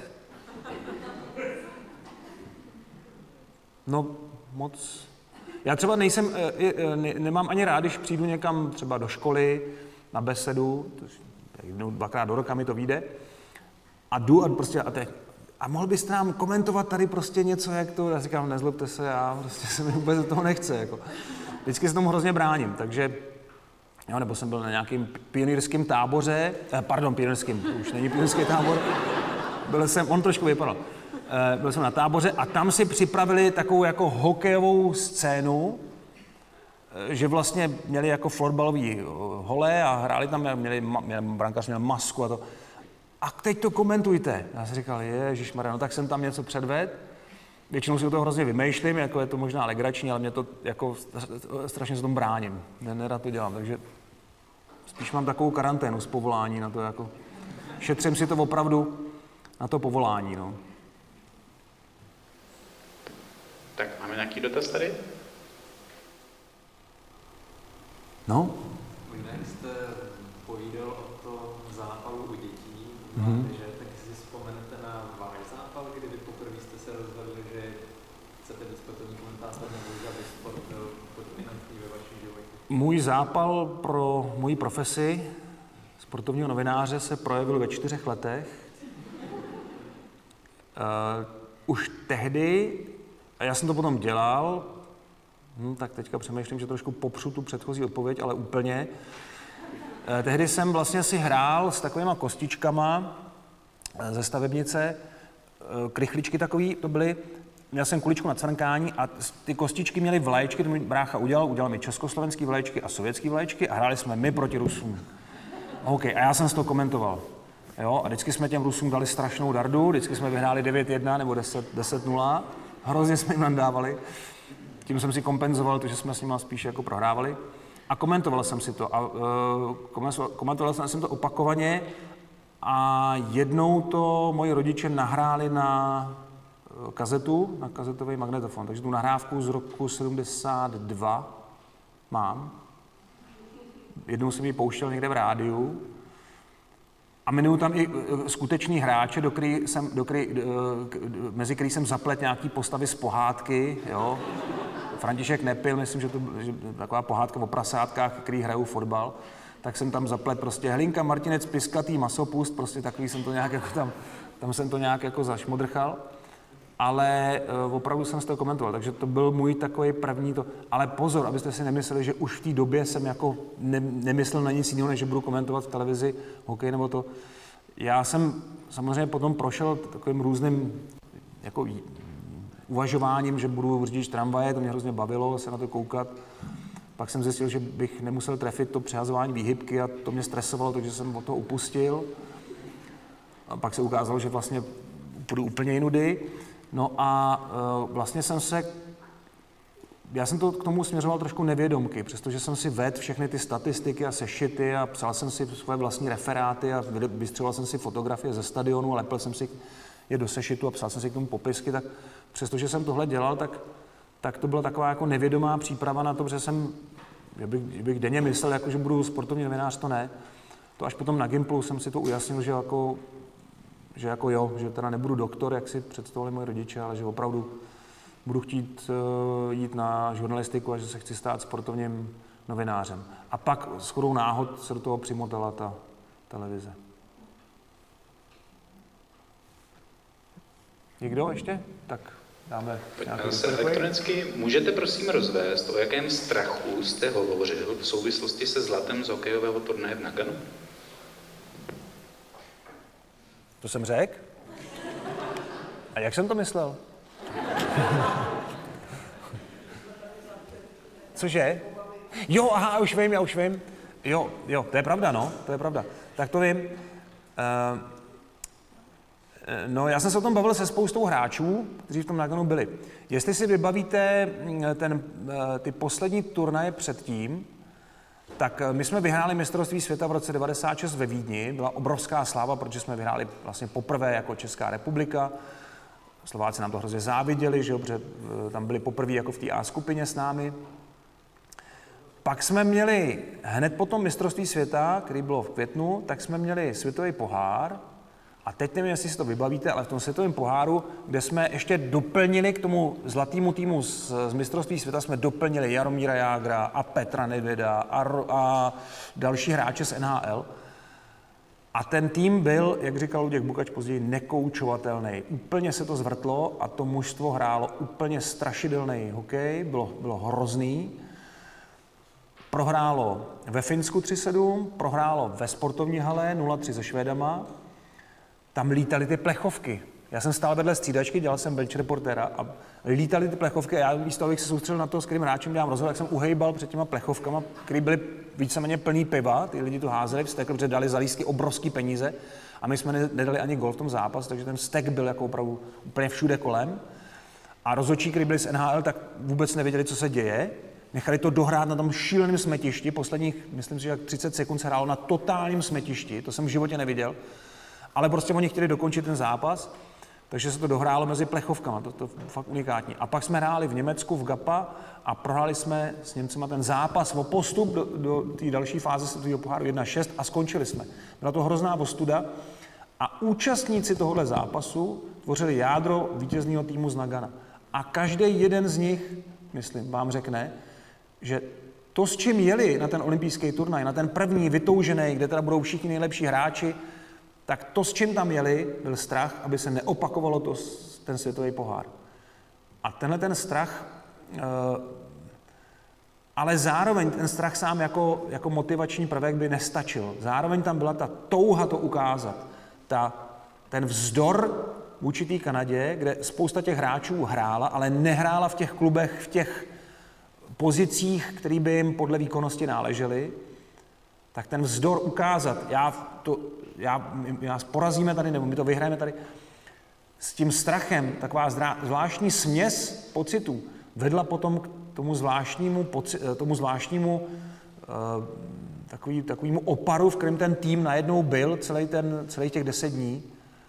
No, moc. Já třeba nemám ani rád, když přijdu někam třeba do školy, na besedu, jednou, dvakrát do roka mi to vyjde, a jdu a prostě a mohl byste nám komentovat tady prostě něco, jak to, já říkám, nezlobte se, já prostě se mi vůbec do toho nechce, jako. Vždycky se tomu hrozně bráním, takže, jo, nebo jsem byl na nějakým pionýrském táboře, už není pionýrský tábor, on trošku vypadal. Byl jsem na táboře a tam si připravili takovou jako hokejovou scénu, že vlastně měli jako florbalový hole a hráli tam, brankář měl masku a to. A teď to komentujte. Já jsem říkal, ježišmarja, no tak jsem tam něco předvedl. Většinou si o toho hrozně vymýšlím, jako je to možná legrační, ale mě to jako strašně se tomu bráním. Nerad to dělám, takže spíš mám takovou karanténu z povolání na to, jako šetřím si to opravdu na to povolání, no. Tak máme nějaký dotaz tady? No? Možná jste povídal o tom zápalu u dětí, že tak si vzpomenete na váš zápal, kdy vy poprvé jste se rozhodli, že chcete být sportovní komentátor nebo aby sport byl podminantný ve vašem životě? Můj zápal pro moji profesi sportovního novináře se projevil ve 4 letech. Už tehdy, a já jsem to potom dělal, tak teďka přemýšlím, že trošku popřu tu předchozí odpověď, ale úplně. Tehdy jsem vlastně si hrál s takovýma kostičkama ze stavebnice, krychličky takový to byly, měl jsem kuličku na cvrnkání a ty kostičky měly vlaječky, to mi brácha udělal mi československý vlaječky a sovětský vlaječky a hráli jsme my proti Rusům. OK, a já jsem z toho komentoval. Jo, a vždycky jsme těm Rusům dali strašnou dardu, vždycky jsme vyhráli 9-1 nebo 10-0, hrozně jsme jim nadávali. Tím jsem si kompenzoval to, že jsme s nimi spíš jako prohrávali. A komentoval jsem si to. A komentoval jsem to opakovaně a jednou to moji rodiče nahráli na kazetu, na kazetový magnetofon. Takže tu nahrávku z roku 72 mám. Jednou jsem ji pouštěl někde v rádiu. A jmenuju tam i skutečný hráče, mezi který jsem zaplet nějaký postavy z pohádky, jo. František Nepil, myslím, že to že taková pohádka o prasátkách, který hrajou fotbal, tak jsem tam zaplet prostě Hlinka, Martinec, Piskatý, Masopust, prostě takový jsem to nějak jako tam jsem to nějak jako zašmodrchal, ale opravdu jsem si to komentoval, takže to byl můj takový první to, ale pozor, abyste si nemysleli, že už v té době jsem jako nemyslel na nic jiného, než že budu komentovat v televizi hokej nebo to. Já jsem samozřejmě potom prošel takovým různým jako uvažováním, že budu řidič tramvaje, to mě hrozně bavilo se na to koukat. Pak jsem zjistil, že bych nemusel trefit to přehazování výhybky a to mě stresovalo, takže jsem od toho upustil. A pak se ukázalo, že vlastně půjdu úplně jinudy. No a vlastně já jsem to k tomu směřoval trošku nevědomky, přestože jsem si vedl všechny ty statistiky a sešity a psal jsem si svoje vlastní referáty a vystřeloval jsem si fotografie ze stadionu, lepil jsem si je do sešitu a psal jsem si k tomu popisky, tak přestože jsem tohle dělal, tak to byla taková jako nevědomá příprava na to, protože že bych denně myslel, jako, že budu sportovní novinář, to ne. To až potom na Gimplu jsem si to ujasnil, že teda nebudu doktor, jak si představovali moji rodiče, ale že opravdu budu chtít jít na žurnalistiku a že se chci stát sportovním novinářem. A pak shodou náhod se do toho přimotala ta televize. Někdo ještě? Tak dáme nějaké elektronicky. Můžete prosím rozvést, o jakém strachu jste hovořil v souvislosti se zlatem z hokejového turnaje v Naganu? To jsem řekl? A jak jsem to myslel? Cože? Jo, aha, já už vím. Jo, to je pravda, no, to je pravda. Tak to vím. No, já jsem se o tom bavil se spoustou hráčů, kteří v tom Naganu byli. Jestli si vybavíte ty poslední turnaje předtím, tak my jsme vyhráli mistrovství světa v roce 96 ve Vídni. Byla obrovská sláva, protože jsme vyhráli vlastně poprvé jako Česká republika. Slováci nám to hrozně záviděli, že jo, protože tam byli poprvé jako v té A skupině s námi. Pak jsme měli hned po tom mistrovství světa, který bylo v květnu, tak jsme měli světový pohár. A teď nevím, jestli si to vybavíte, ale v tom světovém poháru, kde jsme ještě doplnili k tomu zlatému týmu z mistrovství světa, jsme doplnili Jaromíra Jágra a Petra Nedvěda a další hráče z NHL. A ten tým byl, jak říkal Luděk Bukač později, nekoučovatelný. Úplně se to zvrtlo a to mužstvo hrálo úplně strašidelný hokej, bylo hrozný. Prohrálo ve Finsku 3-7, prohrálo ve sportovní hale 0-3 se Švédama. Tam lítaly ty plechovky. Já jsem stál vedle střídačky, dělal jsem bench reportéra a lítaly ty plechovky a já místo, abych se soustředil na to, s kterým hráčem dělám rozhovor, tak jsem uhejbal před těma plechovkama, které byly víceméně plný piva, ty lidi tu házeli v stekl, protože dali za lístky obrovský peníze a my jsme nedali ani gól v tom zápas, takže ten stek byl jako opravdu úplně všude kolem. A rozhodčí, kteří byli z NHL, tak vůbec nevěděli, co se děje. Nechali to dohrát na tom šíleném smetišti, posledních, myslím si, že 30 sekund se hrálo na totálním smetišti, to jsem v životě neviděl. Ale prostě oni chtěli dokončit ten zápas, takže se to dohrálo mezi plechovkama, to fakt unikátní. A pak jsme hráli v Německu, v Gapa a prohráli jsme s Němcema ten zápas o postup do té další fáze světového poháru 1-6 a skončili jsme. Byla to hrozná ostuda a účastníci tohohle zápasu tvořili jádro vítězného týmu z Nagana. A každý jeden z nich, myslím, vám řekne, že to, s čím jeli na ten olympijský turnaj, na ten první vytoužený, kde teda budou všichni nejlepší hráči, tak to, s čím tam jeli, byl strach, aby se neopakovalo ten světový pohár. A tenhle ten strach, ale zároveň ten strach sám jako motivační prvek by nestačil. Zároveň tam byla ta touha to ukázat. Ten vzdor vůči té Kanadě, kde spousta těch hráčů hrála, ale nehrála v těch klubech, v těch pozicích, které by jim podle výkonnosti náležely, tak ten vzdor ukázat, já porazíme tady, nebo my to vyhrajeme tady, s tím strachem, taková zvláštní směs pocitů vedla potom k tomu zvláštnímu takovému oparu, v kterém ten tým najednou byl celých těch 10 dní.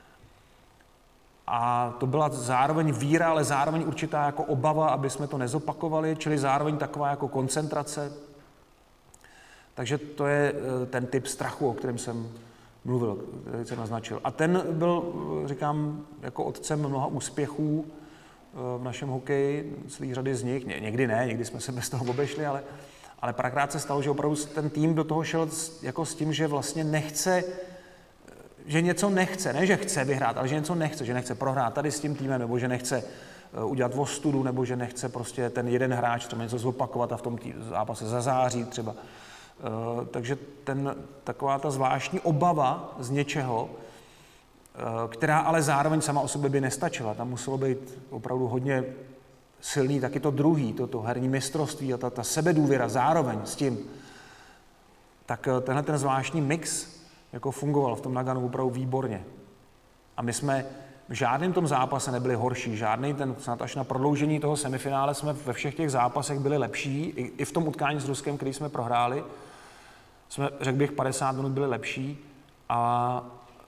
A to byla zároveň víra, ale zároveň určitá jako obava, aby jsme to nezopakovali, čili zároveň taková jako koncentrace. Takže to je ten typ strachu, o kterém jsem mluvil, který jsem naznačil. A ten byl, říkám, jako otcem mnoha úspěchů v našem hokeji, celý řady z nich. Někdy ne, někdy jsme se bez toho obešli, ale párkrát se stalo, že opravdu ten tým do toho šel jako s tím, že vlastně nechce, že něco nechce, ne že chce vyhrát, ale že něco nechce, že nechce prohrát tady s tím týmem, nebo že nechce udělat ostudu, nebo že nechce prostě ten jeden hráč třeba něco zopakovat a v tom zápase zazáří třeba. Takže taková ta zvláštní obava z něčeho, která ale zároveň sama o sobě by nestačila. Tam muselo být opravdu hodně silný taky to druhý, to herní mistrovství a ta sebedůvěra zároveň s tím. Tak tenhle ten zvláštní mix jako fungoval v tom Naganu opravdu výborně. A my jsme v žádném tom zápase nebyli horší, žádný snad až na prodloužení toho semifinále jsme ve všech těch zápasech byli lepší, i v tom utkání s Ruskem, který jsme prohráli, jsme, řekl bych, 50 minut byli lepší a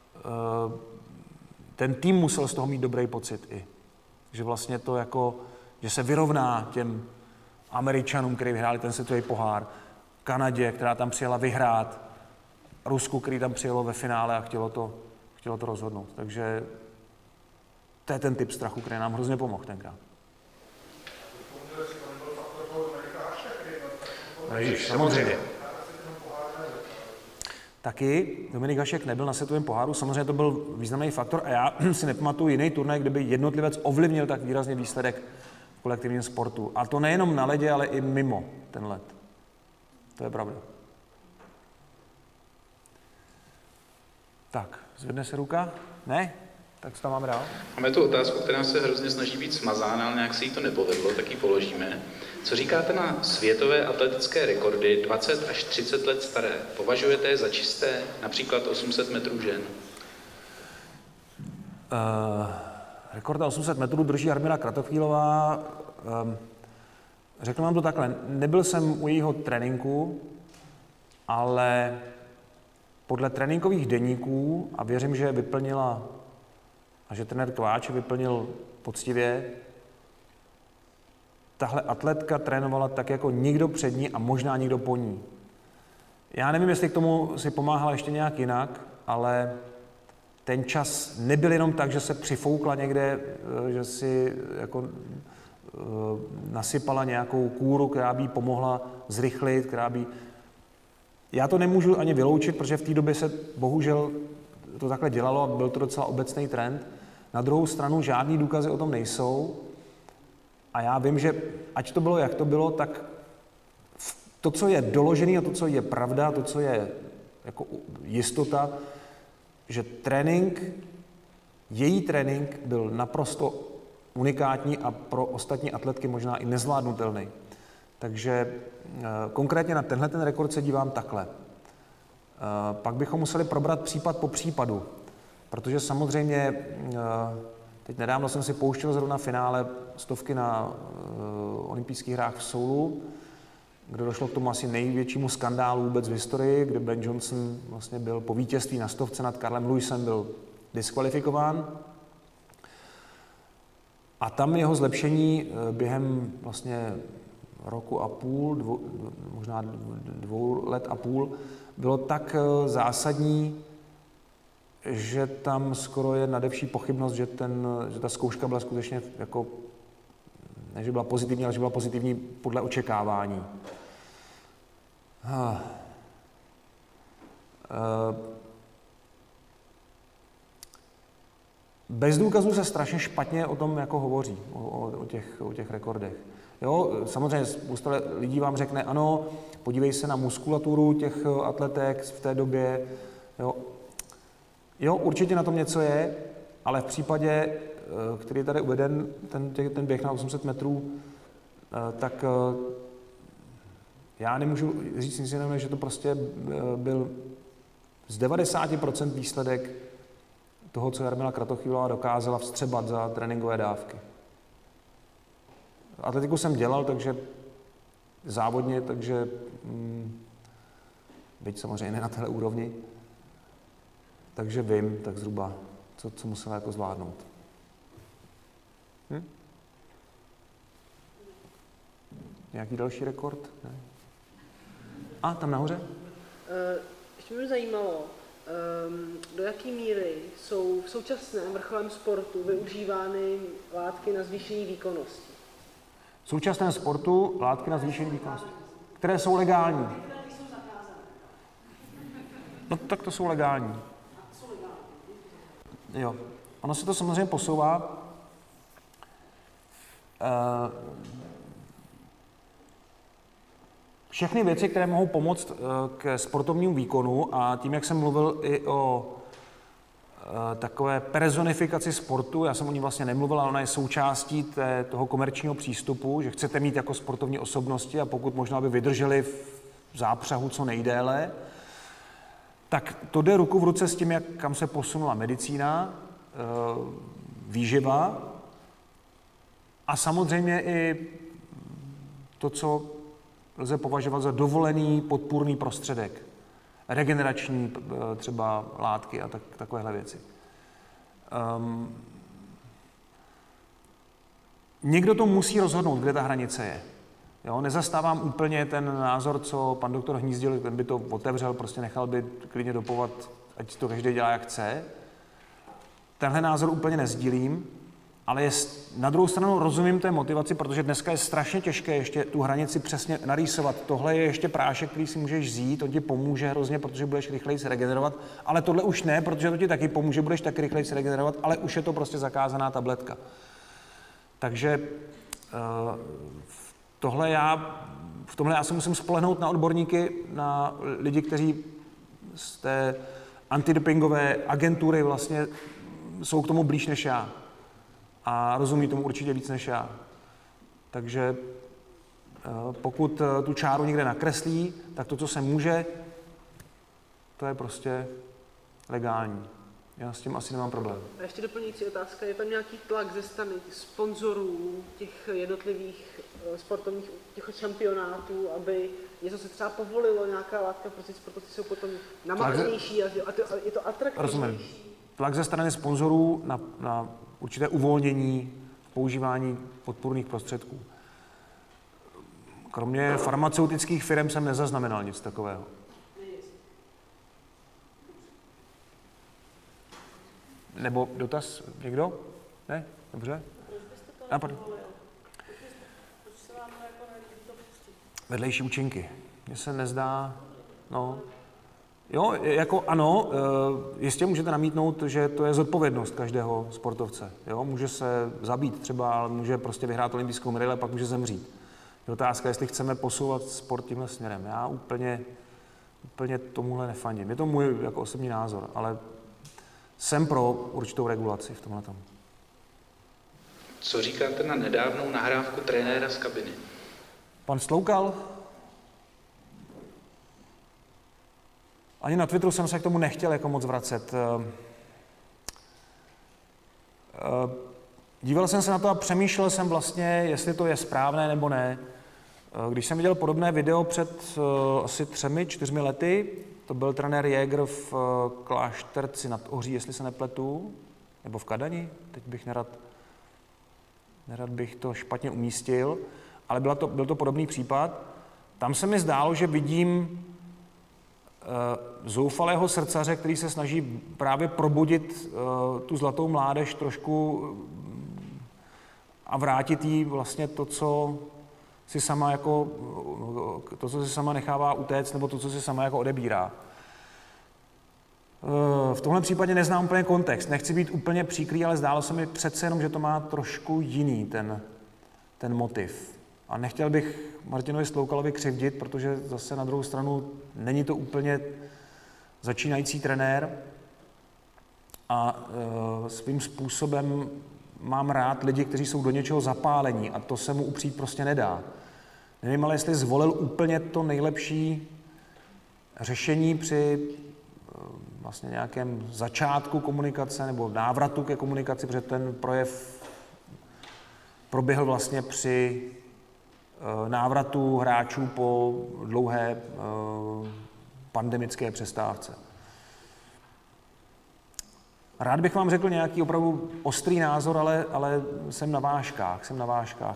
ten tým musel z toho mít dobrý pocit i. Že vlastně to jako, že se vyrovná těm Američanům, kteří vyhráli ten světový pohár, Kanadě, která tam přijela vyhrát, Rusku, který tam přijelo ve finále a chtělo to rozhodnout. Takže to je ten typ strachu, který nám hrozně pomohl tenkrát. Ježiš, samozřejmě. Taky Dominik Hašek nebyl na světovém poháru, samozřejmě to byl významný faktor a já si nepamatuju jiný turnaj, kde by jednotlivec ovlivnil tak výrazně výsledek v kolektivním sportu. A to nejenom na ledě, ale i mimo ten led. To je pravda. Tak, zvedne se ruka? Ne? Tak co tam máme dál? Máme tu otázku, která se hrozně snaží být smazána, ale nějak se jí to nepovedlo, tak ji položíme. Co říkáte na světové atletické rekordy 20 až 30 let staré? Považujete je za čisté, například 800 metrů žen? Rekord na 800 metrů drží Jarmila Kratochvílová. Řeknu vám to takhle, nebyl jsem u jejího tréninku, ale podle tréninkových deníků, a věřím, že je vyplnila, a že trenér Kováč vyplnil poctivě, tahle atletka trénovala tak jako nikdo před ní a možná nikdo po ní. Já nevím, jestli k tomu si pomáhala ještě nějak jinak, ale ten čas nebyl jenom tak, že se přifoukla někde, že si jako nasypala nějakou kůru, která by jí pomohla zrychlit, která by... Já to nemůžu ani vyloučit, protože v té době se bohužel to takhle dělalo a byl to docela obecný trend. Na druhou stranu žádný důkazy o tom nejsou a já vím, že ať to bylo, jak to bylo, tak to, co je doložené a to, co je pravda, to, co je jako jistota, že její trénink byl naprosto unikátní a pro ostatní atletky možná i nezvládnutelný. Takže konkrétně na tenhle ten rekord se dívám takhle. Pak bychom museli probrat případ po případu, protože samozřejmě teď nedávno jsem si pouštěl zrovna finále 100 na olympijských hrách v Soulu, kde došlo k tomu asi největšímu skandálu vůbec v historii, kde Ben Johnson vlastně byl po vítězství na 100 nad Carlem Lewisem byl diskvalifikován. A tam jeho zlepšení během vlastně roku a půl, možná 2 let a půl, bylo tak zásadní, že tam skoro je nadevší pochybnost, že ta zkouška byla skutečně jako, ne že byla pozitivní, ale že byla pozitivní podle očekávání. Bez důkazů se strašně špatně o tom jako hovoří, o těch rekordech. Jo, samozřejmě spousta lidí vám řekne, ano, podívej se na muskulaturu těch atletek v té době. Jo, určitě na tom něco je, ale v případě, který je tady uveden, ten běh na 800 metrů, tak já nemůžu říct nic jiného, že to prostě byl z 90% výsledek toho, co Jarmila Kratochvílová dokázala vstřebat za tréninkové dávky. Atletiku jsem dělal, takže závodně, takže byť samozřejmě ne na téhle úrovni, takže vím tak zhruba, co musela jako zvládnout. Nějaký další rekord? Ne? A, tam nahoře? Ještě mě zajímalo, do jaké míry jsou v současném vrcholovém sportu využívány látky na zvýšení výkonnosti? V současném sportu látky na zvýšení výkonnosti, které jsou legální. No tak to jsou legální. Jo. Ono se to samozřejmě posouvá. Všechny věci, které mohou pomoct k sportovnímu výkonu a tím, jak jsem mluvil i o takové personifikaci sportu, já jsem o ní vlastně nemluvil, ale ona je součástí toho komerčního přístupu, že chcete mít jako sportovní osobnosti a pokud možná aby vydrželi v zápřahu co nejdéle, tak to jde ruku v ruce s tím, kam se posunula medicína, výživa a samozřejmě i to, co lze považovat za dovolený podpůrný prostředek, regenerační třeba látky a takovéhle věci. Někdo to musí rozhodnout, kde ta hranice je. Jo, nezastávám úplně ten názor, co pan doktor Hnízdil, ten by to otevřel, prostě nechal by klidně dopovat, ať to každý dělá, jak chce. Tenhle názor úplně nezdílím, ale na druhou stranu rozumím té motivaci, protože dneska je strašně těžké ještě tu hranici přesně narýsovat. Tohle je ještě prášek, který si můžeš vzít, on ti pomůže hrozně, protože budeš rychleji se regenerovat, ale tohle už ne, protože to ti taky pomůže, budeš taky rychleji se regenerovat, ale už je to prostě zakázaná tabletka. Takže v tomhle já se musím spolehnout na odborníky, na lidi, kteří z té antidopingové agentury vlastně jsou k tomu blíž než já. A rozumí tomu určitě víc než já. Takže pokud tu čáru někde nakreslí, tak to, co se může, to je prostě legální. Já s tím asi nemám problém. A ještě doplňující otázka, je tam nějaký tlak ze strany sponzorů těch jednotlivých sportovních těch šampionátů, aby něco se třeba povolilo, nějaká látka, protože sportovci jsou potom namacnější a je to atraktivnější? Rozumím. Tlak ze strany sponzorů na určité uvolnění používání podpůrných prostředků. Kromě farmaceutických firm jsem nezaznamenal nic takového. Nebo dotaz někdo? Ne? Dobře? Vedlejší účinky. Mně se nezdá, no. Jo, jako ano, jistě můžete namítnout, že to je zodpovědnost každého sportovce. Jo, může se zabít třeba, ale může prostě vyhrát olympijskou medaili a pak může zemřít. Je otázka, jestli chceme posouvat sport tímhle směrem. Já úplně tomuhle nefandím. Je to můj jako osobní názor, ale jsem pro určitou regulaci v tomhle tomu. Co říkáte na nedávnou nahrávku trenéra z kabiny? Pan Sloukal? Ani na Twitteru jsem se k tomu nechtěl jako moc vracet. Díval jsem se na to a přemýšlel jsem vlastně, jestli to je správné nebo ne. Když jsem viděl podobné video před asi 3-4 lety, to byl trenér Jäger v Klášterci nad Ohří, jestli se nepletu, nebo v Kadani, teď bych nerad bych to špatně umístil, ale byl to podobný případ. Tam se mi zdálo, že vidím zoufalého srdcaře, který se snaží právě probudit tu zlatou mládež trošku a vrátit jí vlastně to, co si sama jako, to, co si sama nechává utéct, nebo to, co si sama jako odebírá. V tomhle případě neznám úplně kontext, nechci být úplně příkrý, ale zdálo se mi přece jenom, že to má trošku jiný ten motiv. A nechtěl bych Martinovi Sloukalovi křivdit, protože zase na druhou stranu není to úplně začínající trenér a svým způsobem mám rád lidi, kteří jsou do něčeho zapálení a to se mu upřít prostě nedá. Nevím, ale jestli zvolil úplně to nejlepší řešení při vlastně nějakém začátku komunikace nebo návratu ke komunikaci, protože ten projev proběhl vlastně při návratu hráčů po dlouhé pandemické přestávce. Rád bych vám řekl nějaký opravdu ostrý názor, ale jsem na vážkách.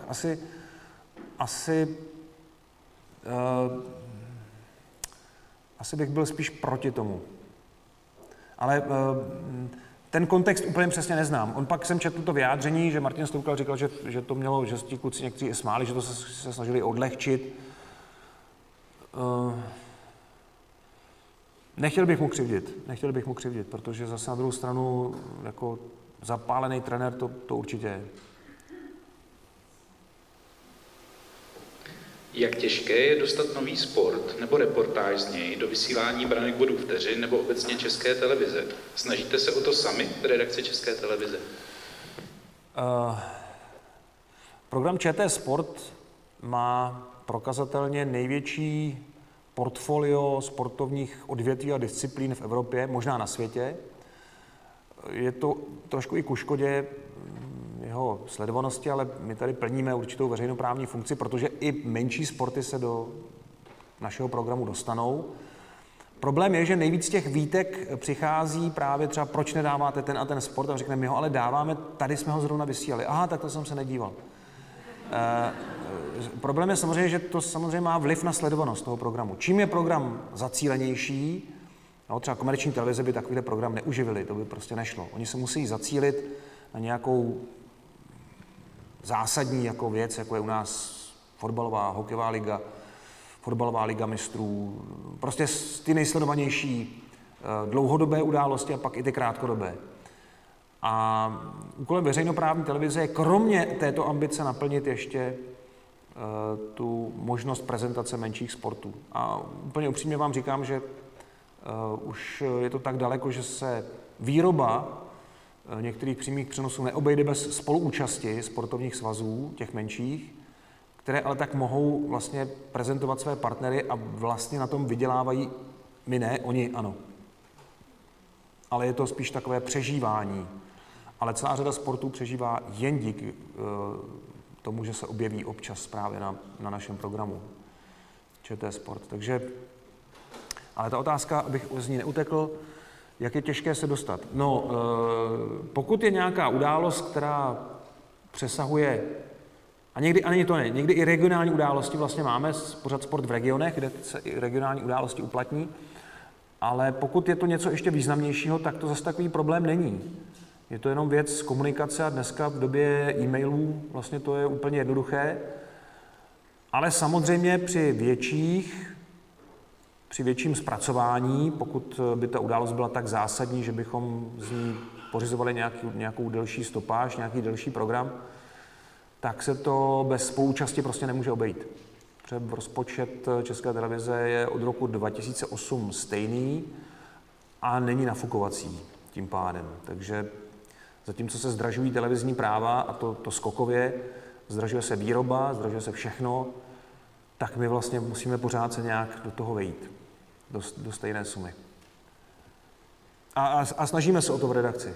Asi bych byl spíš proti tomu. Ale ten kontext úplně přesně neznám. On pak jsem četl to vyjádření, že Martin Sloukal říkal, že to mělo, že ti kluci někteří smáli, že to se snažili odlehčit. Nechtěl bych mu křivdit, protože zase na druhou stranu jako zapálený trenér to určitě je. Jak těžké je dostat nový sport nebo reportáž z něj do vysílání Branek bodů vteřin nebo obecně České televize? Snažíte se o to sami v redakci České televize? Program ČT Sport má prokazatelně největší portfolio sportovních odvětví a disciplín v Evropě, možná na světě. Je to trošku i ku škodě jeho sledovanosti, ale my tady plníme určitou veřejnoprávní funkci, protože i menší sporty se do našeho programu dostanou. Problém je, že nejvíc těch výtek přichází právě třeba, proč nedáváte ten a ten sport, a řekneme, my ho ale dáváme, tady jsme ho zrovna vysílali. Aha, tak to jsem se nedíval. Problém je samozřejmě, že to samozřejmě má vliv na sledovanost toho programu. Čím je program zacílenější, no, třeba komerční televize by takovýhle program neuživili, to by prostě nešlo. Oni se musí zacílit na nějakou zásadní jako věc, jako je u nás fotbalová, hokejová liga, fotbalová liga mistrů, prostě ty nejsledovanější dlouhodobé události a pak i ty krátkodobé. A úkolem veřejnoprávní televize je kromě této ambice naplnit ještě tu možnost prezentace menších sportů. A úplně upřímně vám říkám, že už je to tak daleko, že se výroba některých přímých přenosů neobejde bez spoluúčasti sportovních svazů, těch menších, které ale tak mohou vlastně prezentovat své partnery a vlastně na tom vydělávají, my ne, oni ano. Ale je to spíš takové přežívání. Ale celá řada sportů přežívá jen díky tomu, že se objeví občas právě na našem programu ČT Sport. Takže, ale ta otázka, abych z ní neutekl, jak je těžké se dostat. No, pokud je nějaká událost, která přesahuje, a někdy, a není to ne, někdy i regionální události vlastně máme, pořád Sport v regionech, kde se i regionální události uplatní, ale pokud je to něco ještě významnějšího, tak to zase takový problém není. Je to jenom věc komunikace a dneska v době e-mailů vlastně to je úplně jednoduché, ale samozřejmě při větším zpracování, pokud by ta událost byla tak zásadní, že bychom z ní pořizovali nějakou delší stopáž, nějaký delší program, tak se to bez spoluúčasti prostě nemůže obejít. Protože rozpočet České televize je od roku 2008 stejný a není nafukovací tím pádem. Takže zatímco se zdražují televizní práva, a to skokově, zdražuje se výroba, zdražuje se všechno, tak my vlastně musíme pořád se nějak do toho vejít, do stejné sumy. A snažíme se o to v redakci,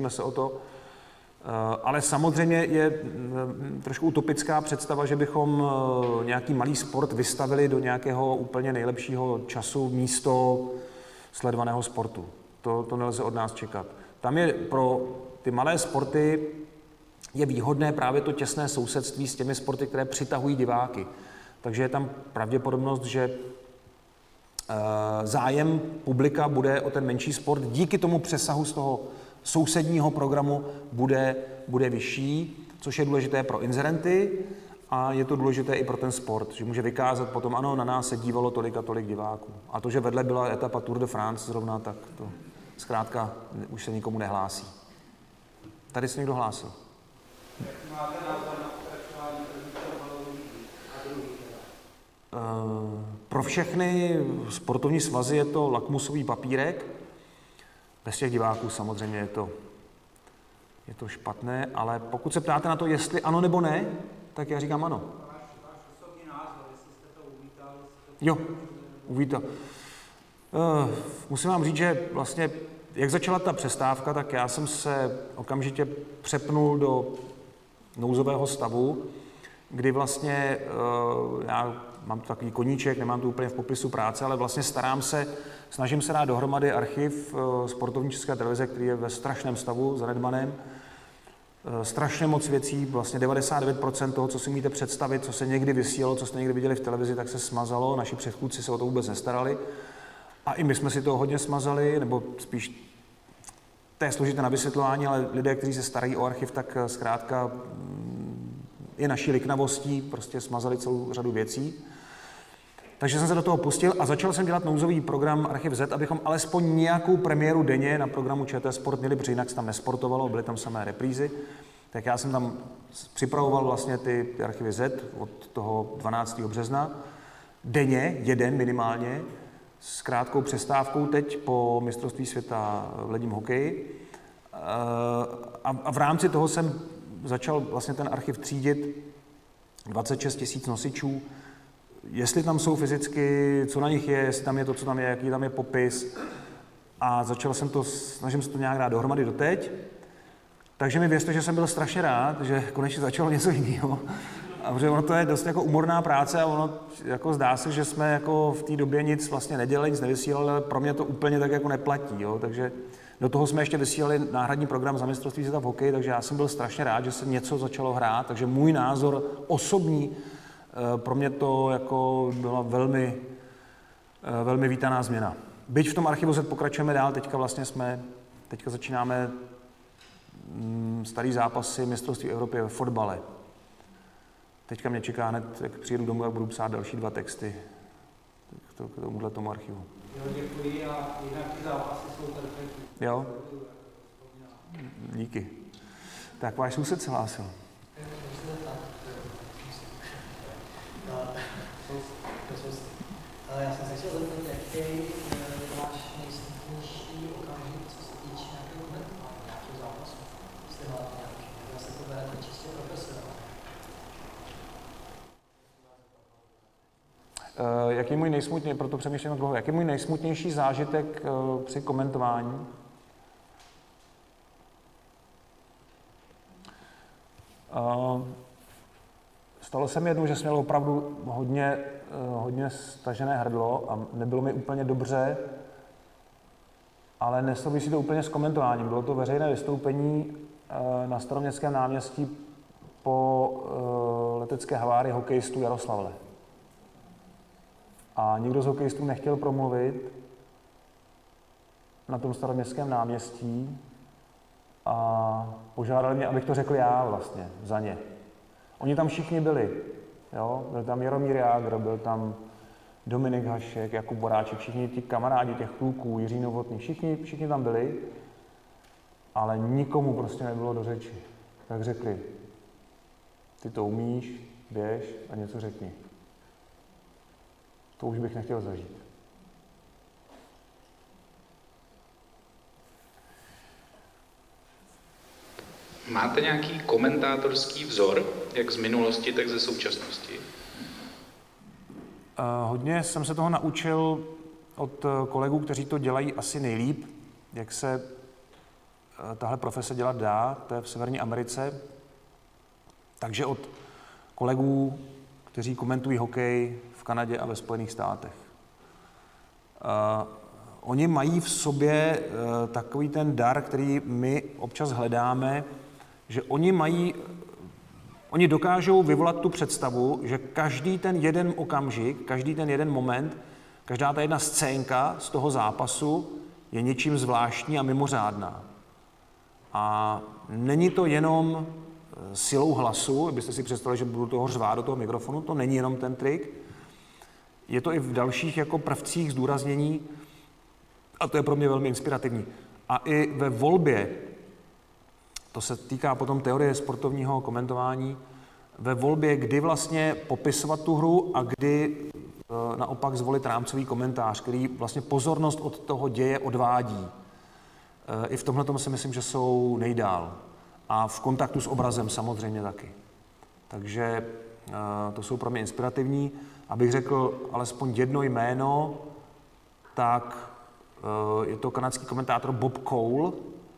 ale samozřejmě je trošku utopická představa, že bychom nějaký malý sport vystavili do nějakého úplně nejlepšího času místo sledovaného sportu. To nelze od nás čekat. Tam je pro ty malé sporty je výhodné právě to těsné sousedství s těmi sporty, které přitahují diváky. Takže je tam pravděpodobnost, že zájem publika bude o ten menší sport díky tomu přesahu z toho sousedního programu bude vyšší, což je důležité pro inzerenty a je to důležité i pro ten sport, že může vykázat potom, ano, na nás se dívalo tolik a tolik diváků. A to, že vedle byla etapa Tour de France zrovna, tak to zkrátka už se nikomu nehlásí. Tady se někdo hlásil. Pro všechny sportovní svazy je to lakmusový papírek. Bez těch diváků samozřejmě je to špatné, ale pokud se ptáte na to, jestli ano nebo ne, tak já říkám ano. Jo, uvítal. Musím vám říct, že vlastně, jak začala ta přestávka, tak já jsem se okamžitě přepnul do nouzového stavu, kdy vlastně já mám takový koníček, nemám to úplně v popisu práce, ale vlastně snažím se dát dohromady archiv sportovní České televize, který je ve strašném stavu, zanedbaném. Strašně moc věcí, vlastně 99% toho, co si umíte představit, co se někdy vysílalo, co jste někdy viděli v televizi, tak se smazalo, naši předchůdci se o to vůbec nestarali. A i my jsme si to hodně smazali, nebo spíš, to je složité na vysvětlování, ale lidé, kteří se starají o archiv, tak zkrátka i naší liknavostí prostě smazali celou řadu věcí. Takže jsem se do toho pustil a začal jsem dělat nouzový program Archiv Z, abychom alespoň nějakou premiéru denně na programu ČT Sport měli, protože jinak se tam nesportovalo, byly tam samé reprízy. Tak já jsem tam připravoval vlastně ty Archivy Z od toho 12. března. Denně, jeden minimálně, s krátkou přestávkou teď po mistrovství světa v ledním hokeji. A v rámci toho jsem začal vlastně ten archiv třídit, 26 000 nosičů, jestli tam jsou fyzicky, co na nich je, jestli tam je to, co tam je, jaký tam je popis. A snažím se to nějak dát dohromady doteď. Takže mi věřte, že jsem byl strašně rád, že konečně začalo něco jiného. A protože ono to je dost jako úmorná práce a ono jako zdá se, že jsme jako v té době nic vlastně nedělali, nic nevysílali, ale pro mě to úplně tak jako neplatí. Jo? Takže do toho jsme ještě vysílali náhradní program za mistrovství světa v hokeji, takže já jsem byl strašně rád, že se něco začalo hrát. Takže můj názor osobní, pro mě to jako byla velmi, velmi vítaná změna. Byť v tom archivu Z pokračujeme dál, teďka začínáme starý zápasy mistrovství Evropy ve fotbale. Teďka mě čeká hned, jak přijedu domů, jak budu psát další 2 texty k tomu archivu. Jo, děkuji a jinak ty zápasy jsou perfektní. Jo? Díky. Tak váš soused se hlásil. Já jsem se chtěl zeptat, jaký je váš nejsmutnější okamžik, co se týče nějakého komentování, nějakého zápasu? Jestli máte nějaký, já se to berete čistě profesionálně. Jaký můj nejsmutnější, proto přemýšlím dlouho, jaký můj nejsmutnější zážitek při komentování? Stalo se mi jednou, že jsem měl opravdu hodně stažené hrdlo a nebylo mi úplně dobře, ale nesouvisí to úplně s komentováním. Bylo to veřejné vystoupení na Staroměstském náměstí po letecké havárii hokejistů Jaroslavle. A nikdo z hokejistů nechtěl promluvit na tom Staroměstském náměstí a požádali mě, abych to řekl já vlastně, za ně. Oni tam všichni byli, jo? Byl tam Jaromír Jágr, byl tam Dominik Hašek, Jakub Boráček, všichni ti kamarádi těch kluků, Jiří Novotný, všichni tam byli, ale nikomu prostě nebylo do řeči. Tak řekli, ty to umíš, běž a něco řekni. To už bych nechtěl zažít. Máte nějaký komentátorský vzor, jak z minulosti, tak ze současnosti? Hodně jsem se toho naučil od kolegů, kteří to dělají asi nejlíp, jak se tahle profese dělat dá, to je v Severní Americe. Takže od kolegů, kteří komentují hokej v Kanadě a ve Spojených státech. Oni mají v sobě takový ten dar, který my občas hledáme, že oni dokážou vyvolat tu představu, že každý ten jeden okamžik, každý ten jeden moment, každá ta jedna scénka z toho zápasu je něčím zvláštní a mimořádná. A není to jenom silou hlasu, abyste si představili, že budu toho řvát do toho mikrofonu, to není jenom ten trik. Je to i v dalších jako prvcích zdůraznění a to je pro mě velmi inspirativní. A i ve volbě, to se týká potom teorie sportovního komentování, ve volbě, kdy vlastně popisovat tu hru a kdy naopak zvolit rámcový komentář, který vlastně pozornost od toho děje odvádí. I v tomhle si myslím, že jsou nejdál. A v kontaktu s obrazem samozřejmě taky. Takže to jsou pro mě inspirativní. Abych řekl alespoň jedno jméno, tak je to kanadský komentátor Bob Cole,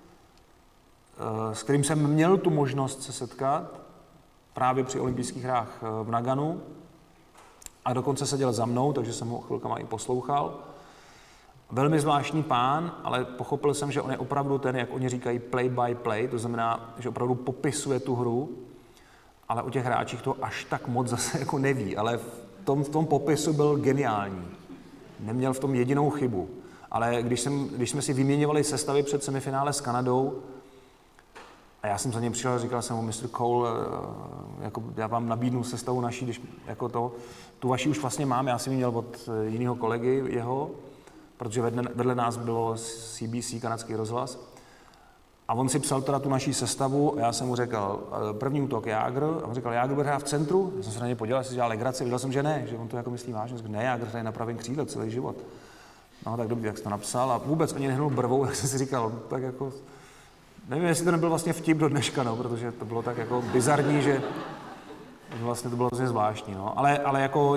s kterým jsem měl tu možnost se setkat právě při olympijských hrách v Naganu. A dokonce seděl za mnou, takže jsem ho chvilkama i poslouchal. Velmi zvláštní pán, ale pochopil jsem, že on je opravdu ten, jak oni říkají, play by play, to znamená, že opravdu popisuje tu hru, ale o těch hráčích to až tak moc zase jako neví, ale v tom popisu byl geniální. Neměl v tom jedinou chybu. Ale když jsme si vyměňovali sestavy před semifinále s Kanadou, a já jsem za něm přišel a říkal jsem mu, Mr. Cole, jako já vám nabídnu sestavu naší, když jako tu vaši už vlastně mám, já jsem ji měl od jiného kolegy jeho, protože vedle nás bylo CBC, kanadský rozhlas. A on si psal teda tu naší sestavu a já jsem mu řekl, první útok Jágr, a on říkal, Jágr bude hrát v centru? Já jsem se na ně podíval, jestli dělal legraci, viděl jsem, že ne, že on to jako myslí vážně. Ne, Jágr hraje na pravém křídle celý život. No tak dobrý, tak jsi to napsal a vůbec ani nehnul brvou, tak jsem si říkal, tak jako, nevím, jestli to nebyl vlastně vtip do dneška, no, protože to bylo tak jako bizarní, že vlastně to bylo vlastně zvláštní, no. Ale jako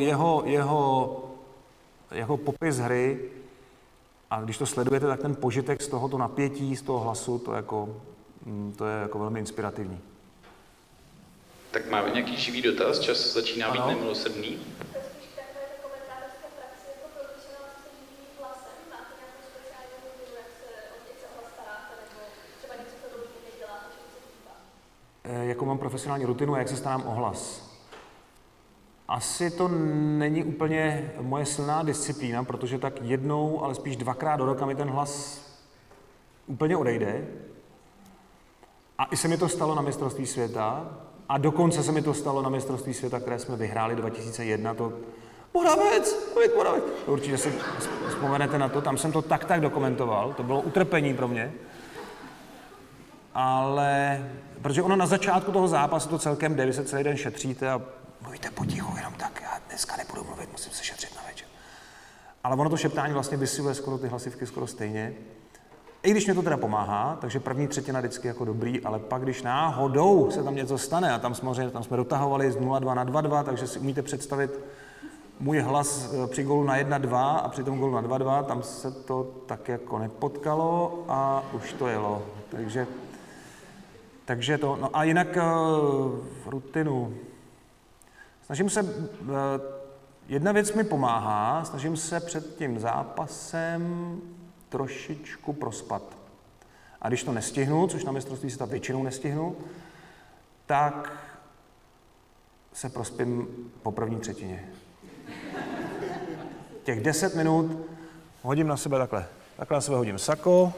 jeho popis hry, a když to sledujete, tak ten požitek z tohoto napětí, z toho hlasu, to je jako velmi inspirativní. Tak máme nějaký živý dotaz? Čas začíná být nemilosrdný. Jakou mám profesionální rutinu a jak se starám o hlas? Asi to není úplně moje silná disciplína, protože tak jednou, ale spíš dvakrát do roka mi ten hlas úplně odejde. A i se mi to stalo na mistrovství světa. A dokonce se mi to stalo na mistrovství světa, které jsme vyhráli 2001. To Moravec. Určitě si vzpomenete na to, tam jsem to tak dokumentoval. To bylo utrpení pro mě. Ale, protože ono na začátku toho zápasu to celkem jde, vy se celý den šetříte a mluvíte potichu, jenom tak, já dneska nebudu mluvit, musím se šetřit na večer. Ale ono to šeptání vlastně vysiluje skoro ty hlasivky skoro stejně. I když mě to teda pomáhá, takže první třetina vždycky jako dobrý, ale pak když náhodou se tam něco stane a tam jsme dotahovali z 0-2 na 2-2, takže si umíte představit můj hlas při gólu na 1-2 a při tom gólu na 2-2, tam se to tak jako nepotkalo a už to jelo. Takže to, no a jinak rutinu. Snažím se, jedna věc mi pomáhá, snažím se před tím zápasem trošičku prospat. A když to nestihnu, což na mistrovství světa většinou nestihnu, tak se prospím po první třetině. Těch 10 minut hodím na sebe takhle. Takhle na sebe hodím sako.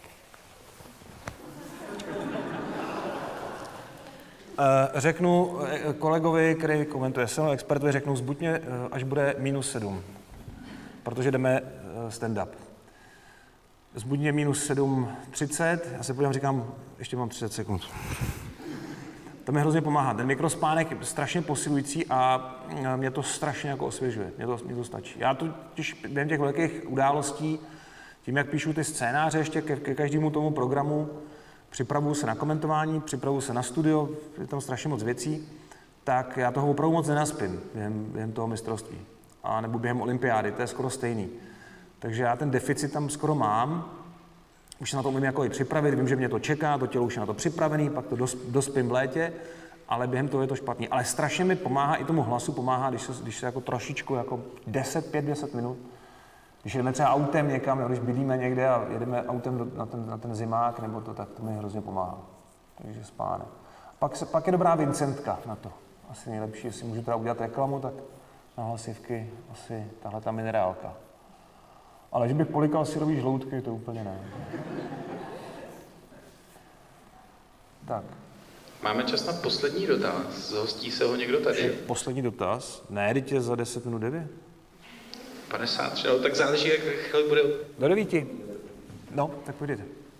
Řeknu kolegovi, který komentuje se mnou, expertovi, řeknu, zbuď mě, až bude -7, protože jdeme stand-up. Zbuď mě -7:30, já se podívám, říkám, ještě mám 30 sekund. To mi hrozně pomáhá. Ten mikrospánek je strašně posilující a mě to strašně jako osvěžuje. Mě to stačí. Já totiž během těch velkých událostí, tím, jak píšu ty scénáře ještě ke každému tomu programu, připravuju se na komentování, připravuju se na studio, je tam strašně moc věcí, tak já toho opravdu moc nenaspím během toho mistrovství. A nebo během olympiády, to je skoro stejný. Takže já ten deficit tam skoro mám, už se na to umím jako i připravit, vím, že mě to čeká, to tělo už je na to připravený, pak to dospím v létě, ale během toho je to špatný. Ale strašně mi pomáhá, i tomu hlasu pomáhá, když se jako trošičku, jako 10 minut, když jdeme třeba autem někam, když bydlíme někde a jedeme autem na ten zimák, nebo to, tak to mi hrozně pomáhá. Takže spánek. Pak je dobrá Vincentka na to. Asi nejlepší, jestli můžu teda udělat reklamu, tak na hlasivky asi tahle ta minerálka. Ale že bych polikal syrový žloutky, to úplně ne. Tak. Máme čas na poslední dotaz. Zhostí se ho někdo tady? Poslední dotaz? Ne, teď je za 10 minut 9. 53, no, tak záleží, jak chvíli bude. Do 9. No, tak pojďte.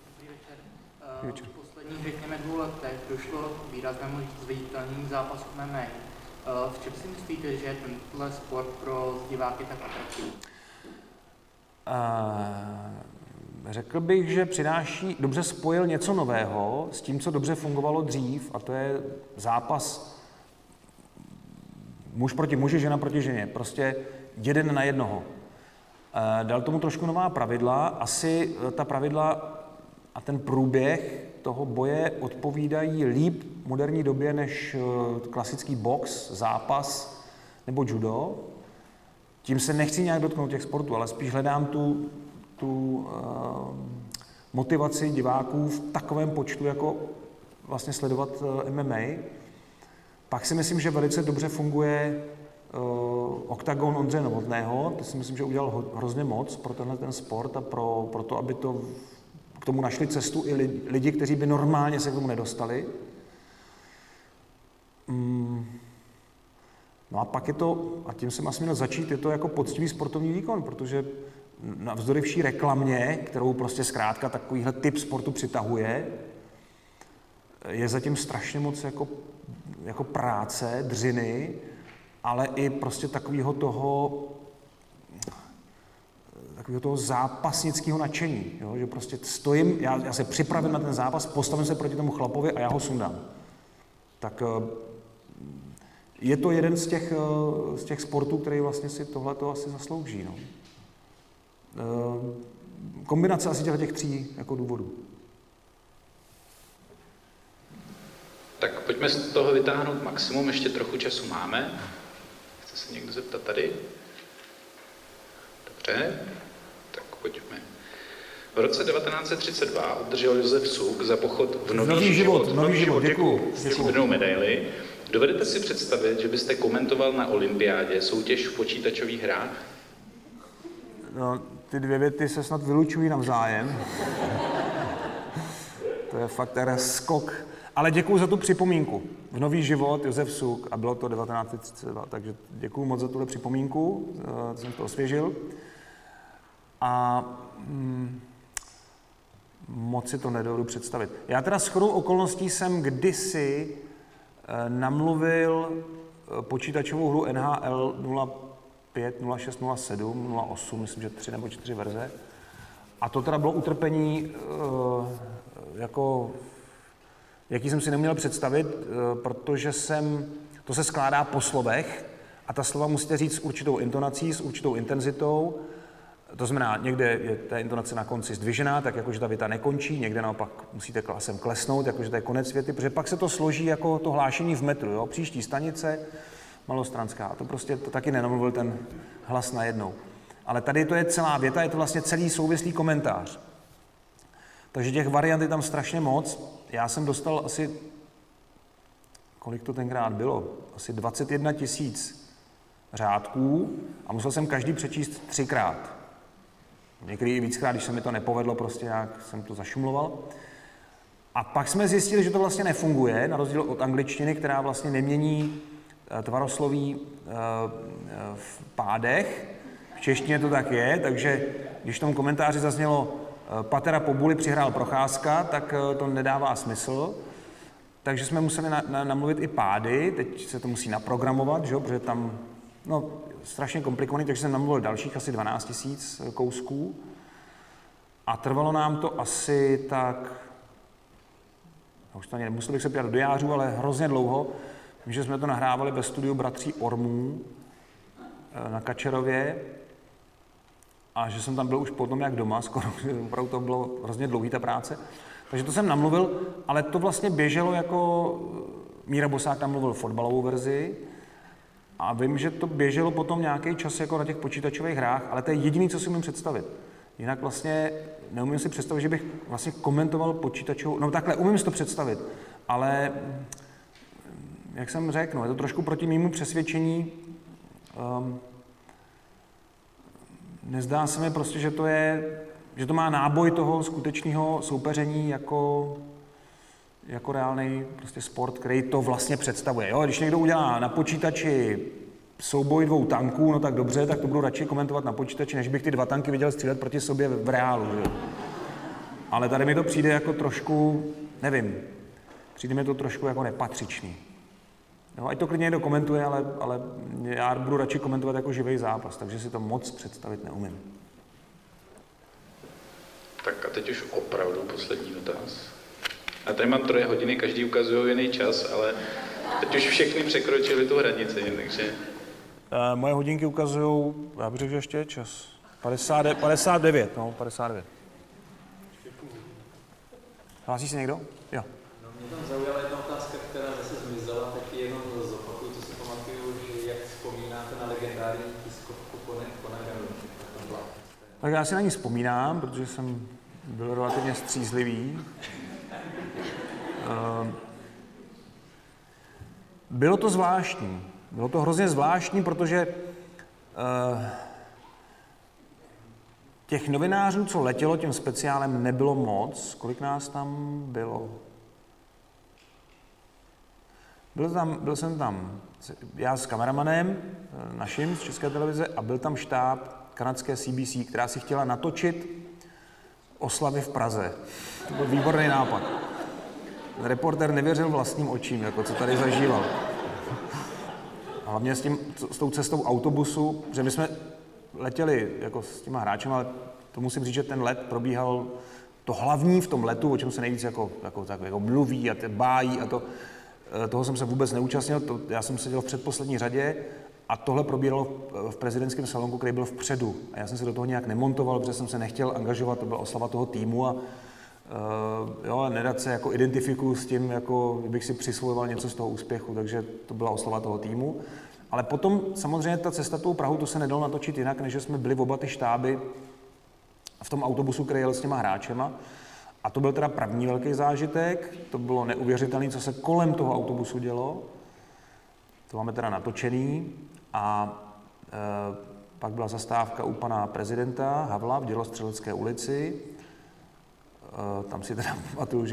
V posledních, řekněme, 2 letech došlo k výraznému zviditelnění zápasu MMA. V čem si myslíte, že je tenhle sport pro diváky tak atraktivní? Řekl bych, že dobře spojil něco nového s tím, co dobře fungovalo dřív, a to je zápas muž proti muži, žena proti ženě. Prostě 1 na 1. Dal tomu trošku nová pravidla. Asi ta pravidla a ten průběh toho boje odpovídají líp moderní době než klasický box, zápas nebo judo. Tím se nechci nějak dotknout těch sportů, ale spíš hledám tu motivaci diváků v takovém počtu, jako vlastně sledovat MMA. Pak si myslím, že velice dobře funguje Oktagon Ondřeje Novotného. To si myslím, že udělal hrozně moc pro tenhle ten sport a pro to, aby k tomu našli cestu i lidi, kteří by normálně se k tomu nedostali. No a pak je to, a tím jsem asi měl začít, je to jako poctivý sportovní výkon, protože navzdory vší reklamě, kterou prostě zkrátka takovýhle typ sportu přitahuje, je zatím strašně moc jako práce, dřiny, ale i prostě takového toho zápasnického nadšení, jo? Že prostě stojím, já se připravím na ten zápas, postavím se proti tomu chlapovi a já ho sundám. Tak je to jeden z těch sportů, který vlastně si tohleto asi zaslouží. No. Kombinace asi těch 3 jako důvodů. Tak pojďme z toho vytáhnout maximum, ještě trochu času máme. Chce se někdo zeptat tady? Dobře, tak pojďme. V roce 1932 obdržel Josef Suk za pochod v Nový život, děkuju. Stříbrnou medaili. Dovedete si představit, že byste komentoval na olympiádě soutěž v počítačových hrách? No, ty 2 věty se snad vylučují navzájem. To je fakt skok. Ale děkuju za tu připomínku. V Nový život, Josef Suk, a bylo to 1932, takže děkuju moc za tuhle připomínku, jsem to osvěžil. A moc si to nedovedu představit. Já teda shodou okolností jsem kdysi namluvil počítačovou hru NHL 05, 06, 07, 08, myslím, že 3 nebo 4 verze. A to teda bylo utrpení, jaký jsem si neměl představit, protože to se skládá po slovech a ta slova musíte říct s určitou intonací, s určitou intenzitou. To znamená, někde je ta intonace na konci zdvižená, tak jakože ta věta nekončí, někde naopak musíte sem klesnout, jakože to je konec věty, protože pak se to složí jako to hlášení v metru, jo? Příští stanice, Malostranská. A to prostě to taky nenamluvil ten hlas najednou. Ale tady to je celá věta, je to vlastně celý souvislý komentář. Takže těch variant je tam strašně moc. Já jsem dostal asi, kolik to tenkrát bylo, asi 21 000 řádků a musel jsem každý přečíst 3krát. Někdy i víckrát, když se mi to nepovedlo, prostě nějak jsem to zašumloval. A pak jsme zjistili, že to vlastně nefunguje, na rozdíl od angličtiny, která vlastně nemění tvarosloví v pádech. V češtině to tak je, takže když v tom komentáři zaznělo Patera po buli přihrál Procházka, tak to nedává smysl. Takže jsme museli namluvit i pády, teď se to musí naprogramovat, že? Protože tam, strašně komplikovaný, takže jsem namluvil dalších asi 12 000 kousků. A trvalo nám to asi tak, už to nemusel bych se pět do diářů, ale hrozně dlouho, že jsme to nahrávali ve studiu bratří Ormů na Kačerově a že jsem tam byl už potom jak doma, skoro, opravdu to bylo hrozně dlouhý ta práce. Takže to jsem namluvil, ale to vlastně běželo jako, Míra Bosák tam mluvil fotbalovou verzi a vím, že to běželo potom nějaký čas jako na těch počítačových hrách, ale to je jediné, co si umím představit. Jinak vlastně neumím si představit, že bych vlastně komentoval počítačovou, takhle, umím si to představit, ale jak jsem řekl, je to trošku proti mému přesvědčení. Nezdá se mi prostě, že to má náboj toho skutečného soupeření jako jako reálný prostě sport, který to vlastně představuje. Jo? Když někdo udělá na počítači souboj 2 tanků, no tak dobře, tak to budu radši komentovat na počítači, než bych ty 2 tanky viděl střílet proti sobě v reálu. Jo? Ale tady mi to přijde jako trošku, nevím, přijde mi to trošku jako nepatřičný. No, ať to klidně někdo komentuje, ale já budu radši komentovat jako živý zápas, takže si to moc představit neumím. Tak a teď už opravdu poslední dotaz. A tady mám 3 hodiny, každý ukazuje jiný čas, ale teď už všechny překročili tu hranici, takže... Moje hodinky ukazují, já bych řekl, že ještě je čas. 59, no, 59. Hlásí se někdo? Jo. No, mě tam zaujala jedna otázka, která zase zmizela, tak jenom zopakuju, co si pamatuju, že jak vzpomínáte na legendární tiskovku po Naganu. Tak já si na ní vzpomínám, protože jsem byl relativně střízlivý. Bylo to zvláštní. Bylo to hrozně zvláštní, protože těch novinářů, co letělo tím speciálem, nebylo moc. Kolik nás tam bylo? Byl jsem tam já s kameramanem naším z České televize a byl tam štáb kanadské CBC, která si chtěla natočit oslavy v Praze. To byl výborný nápad. Reportér nevěřil vlastním očím, jako co tady zažíval. A hlavně s tou cestou autobusu, že my jsme letěli jako s těma hráčem, ale to musím říct, že ten let probíhal to hlavní v tom letu, o čem se nejvíc jako mluví a bájí a toho jsem se vůbec neúčastnil, já jsem seděl v předposlední řadě a tohle probíralo v prezidentském salonku, který byl vpředu. A já jsem se do toho nějak nemontoval, protože jsem se nechtěl angažovat, to byla oslava toho týmu a nedat se jako identifikuju s tím, jako bych si přisvojoval něco z toho úspěchu, takže to byla oslava toho týmu. Ale potom samozřejmě ta cesta tou Prahu, to se nedalo natočit jinak, než že jsme byli oba ty štáby v tom autobusu, který jel s těma hráčema. A to byl teda první velký zážitek, to bylo neuvěřitelné, co se kolem toho autobusu dělo. To máme teda natočený a pak byla zastávka u pana prezidenta Havla v Dělostřelecké ulici. Tam si teda pamatuju,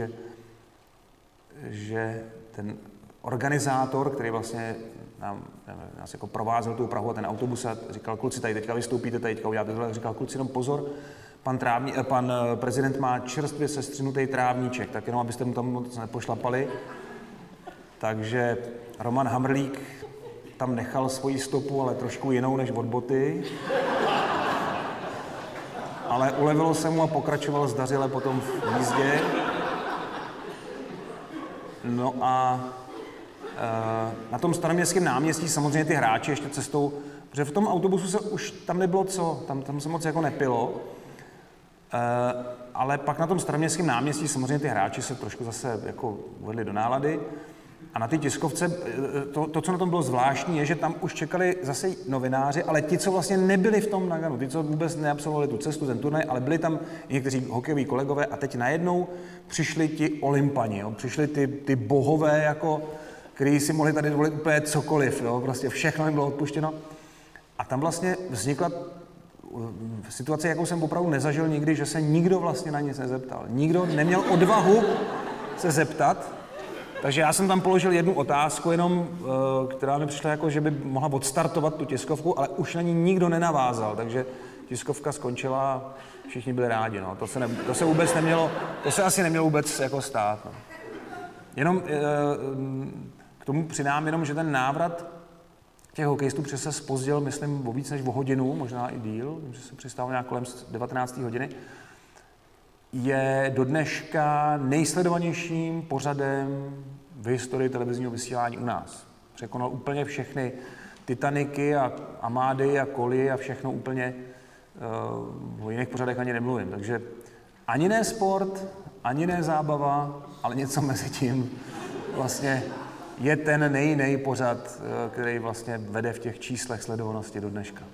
že ten organizátor, který vlastně nás jako provázel tou Prahu a ten autobus a říkal, kluci, tady teďka vystoupíte, tady teďka uděláte tohle, říkal, kluci, jenom pozor, pan prezident má čerstvě sestřinutý trávníček, tak jenom abyste mu tam moc nepošlapali. Takže Roman Hamrlík tam nechal svoji stopu, ale trošku jinou než od boty. Ale ulevilo se mu a pokračoval zdařile potom v jízdě. No a na tom Staroměstském náměstí samozřejmě ty hráči ještě cestou, protože v tom autobusu se už tam nebylo co, tam se moc jako nepilo. Ale pak na tom Staroměstském náměstí samozřejmě ty hráči se trošku zase jako uvedli do nálady. A na té tiskovce, to, co na tom bylo zvláštní, je, že tam už čekali zase novináři, ale ti, co vlastně nebyli v tom Naganu, ti, co vůbec neabsolvovali tu cestu, ten turnaj, ale byli tam někteří hokejoví kolegové a teď najednou přišli ti Olympani, jo? Přišli ty bohové, jako, kteří si mohli tady dovolit úplně cokoliv, jo? Prostě všechno jim bylo odpuštěno. A tam vlastně vznikla situace, jakou jsem opravdu nezažil nikdy, že se nikdo vlastně na nic nezeptal. Nikdo neměl odvahu se zeptat. Takže já jsem tam položil jednu otázku jenom, která mi přišla jako, že by mohla odstartovat tu tiskovku, ale už na ní nikdo nenavázal, takže tiskovka skončila a všichni byli rádi. No. To se vůbec nemělo, to se asi nemělo vůbec jako stát. No. Jenom k tomu přidám jenom, že ten návrat těch hokejistů přes se zpozdil, myslím, o víc než o hodinu, možná i díl, že se přistál nějak kolem 19. hodiny. Je do dneška nejsledovanějším pořadem v historii televizního vysílání u nás. Překonal úplně všechny Titaniky a Amády a Koly a všechno úplně, o jiných pořadech ani nemluvím. Takže ani ne sport, ani ne zábava, ale něco mezi tím vlastně je ten nej pořad, který vlastně vede v těch číslech sledovanosti do dneška.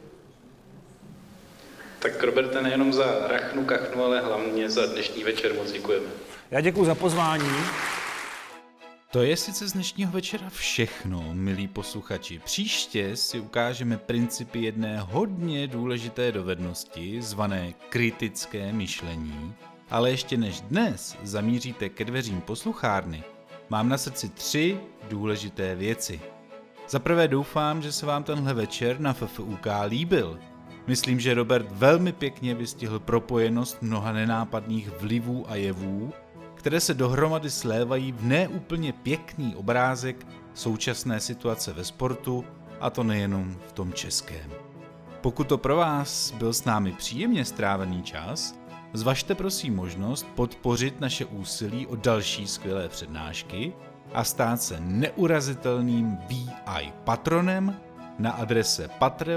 Tak Roberte, nejenom za rachnu, kachnu, ale hlavně za dnešní večer moc děkujeme. Já děkuji za pozvání. To je sice z dnešního večera všechno, milí posluchači. Příště si ukážeme principy jedné hodně důležité dovednosti, zvané kritické myšlení, Ale ještě než dnes zamíříte ke dveřím posluchárny, mám na srdci 3 důležité věci. Za prvé doufám, že se vám tenhle večer na FFUK líbil. Myslím, že Robert velmi pěkně vystihl propojenost mnoha nenápadných vlivů a jevů, které se dohromady slévají v neúplně pěkný obrázek současné situace ve sportu, a to nejenom v tom českém. Pokud to pro vás byl s námi příjemně strávený čas, zvažte prosím možnost podpořit naše úsilí o další skvělé přednášky a stát se neurazitelným VI patronem na adrese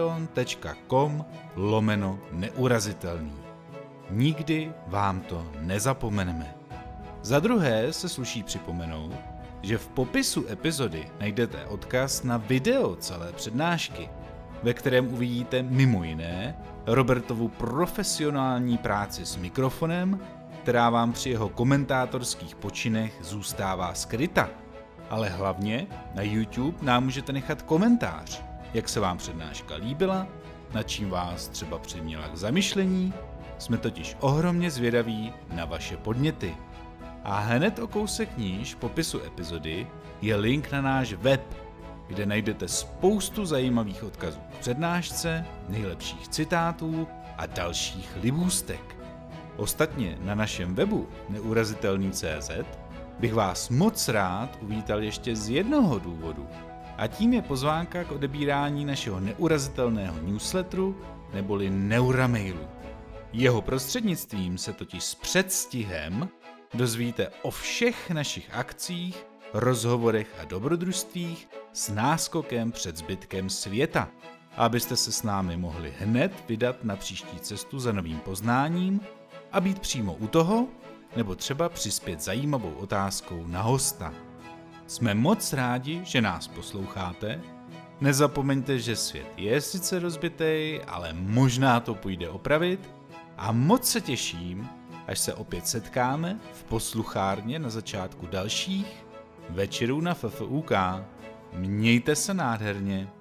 patreon.com/neurazitelný. Nikdy vám to nezapomeneme. Za druhé se sluší připomenout, že v popisu epizody najdete odkaz na video celé přednášky, ve kterém uvidíte mimo jiné Robertovu profesionální práci s mikrofonem, která vám při jeho komentátorských počinech zůstává skryta. Ale hlavně na YouTube nám můžete nechat komentář, jak se vám přednáška líbila, nad čím vás třeba přiměla k zamyšlení, jsme totiž ohromně zvědaví na vaše podněty. A hned o kousek níž popisu epizody je link na náš web, kde najdete spoustu zajímavých odkazů k přednášce, nejlepších citátů a dalších libůstek. Ostatně na našem webu neurazitelný.cz bych vás moc rád uvítal ještě z jednoho důvodu, a tím je pozvánka k odebírání našeho neurazitelného newsletteru neboli Neuramailu. Jeho prostřednictvím se totiž s předstihem dozvíte o všech našich akcích, rozhovorech a dobrodružstvích s náskokem před zbytkem světa, abyste se s námi mohli hned vydat na příští cestu za novým poznáním a být přímo u toho, nebo třeba přispět zajímavou otázkou na hosta. Jsme moc rádi, že nás posloucháte. Nezapomeňte, že svět je sice rozbitej, ale možná to půjde opravit. A moc se těším, až se opět setkáme v posluchárně na začátku dalších večerů na FFUK. Mějte se nádherně.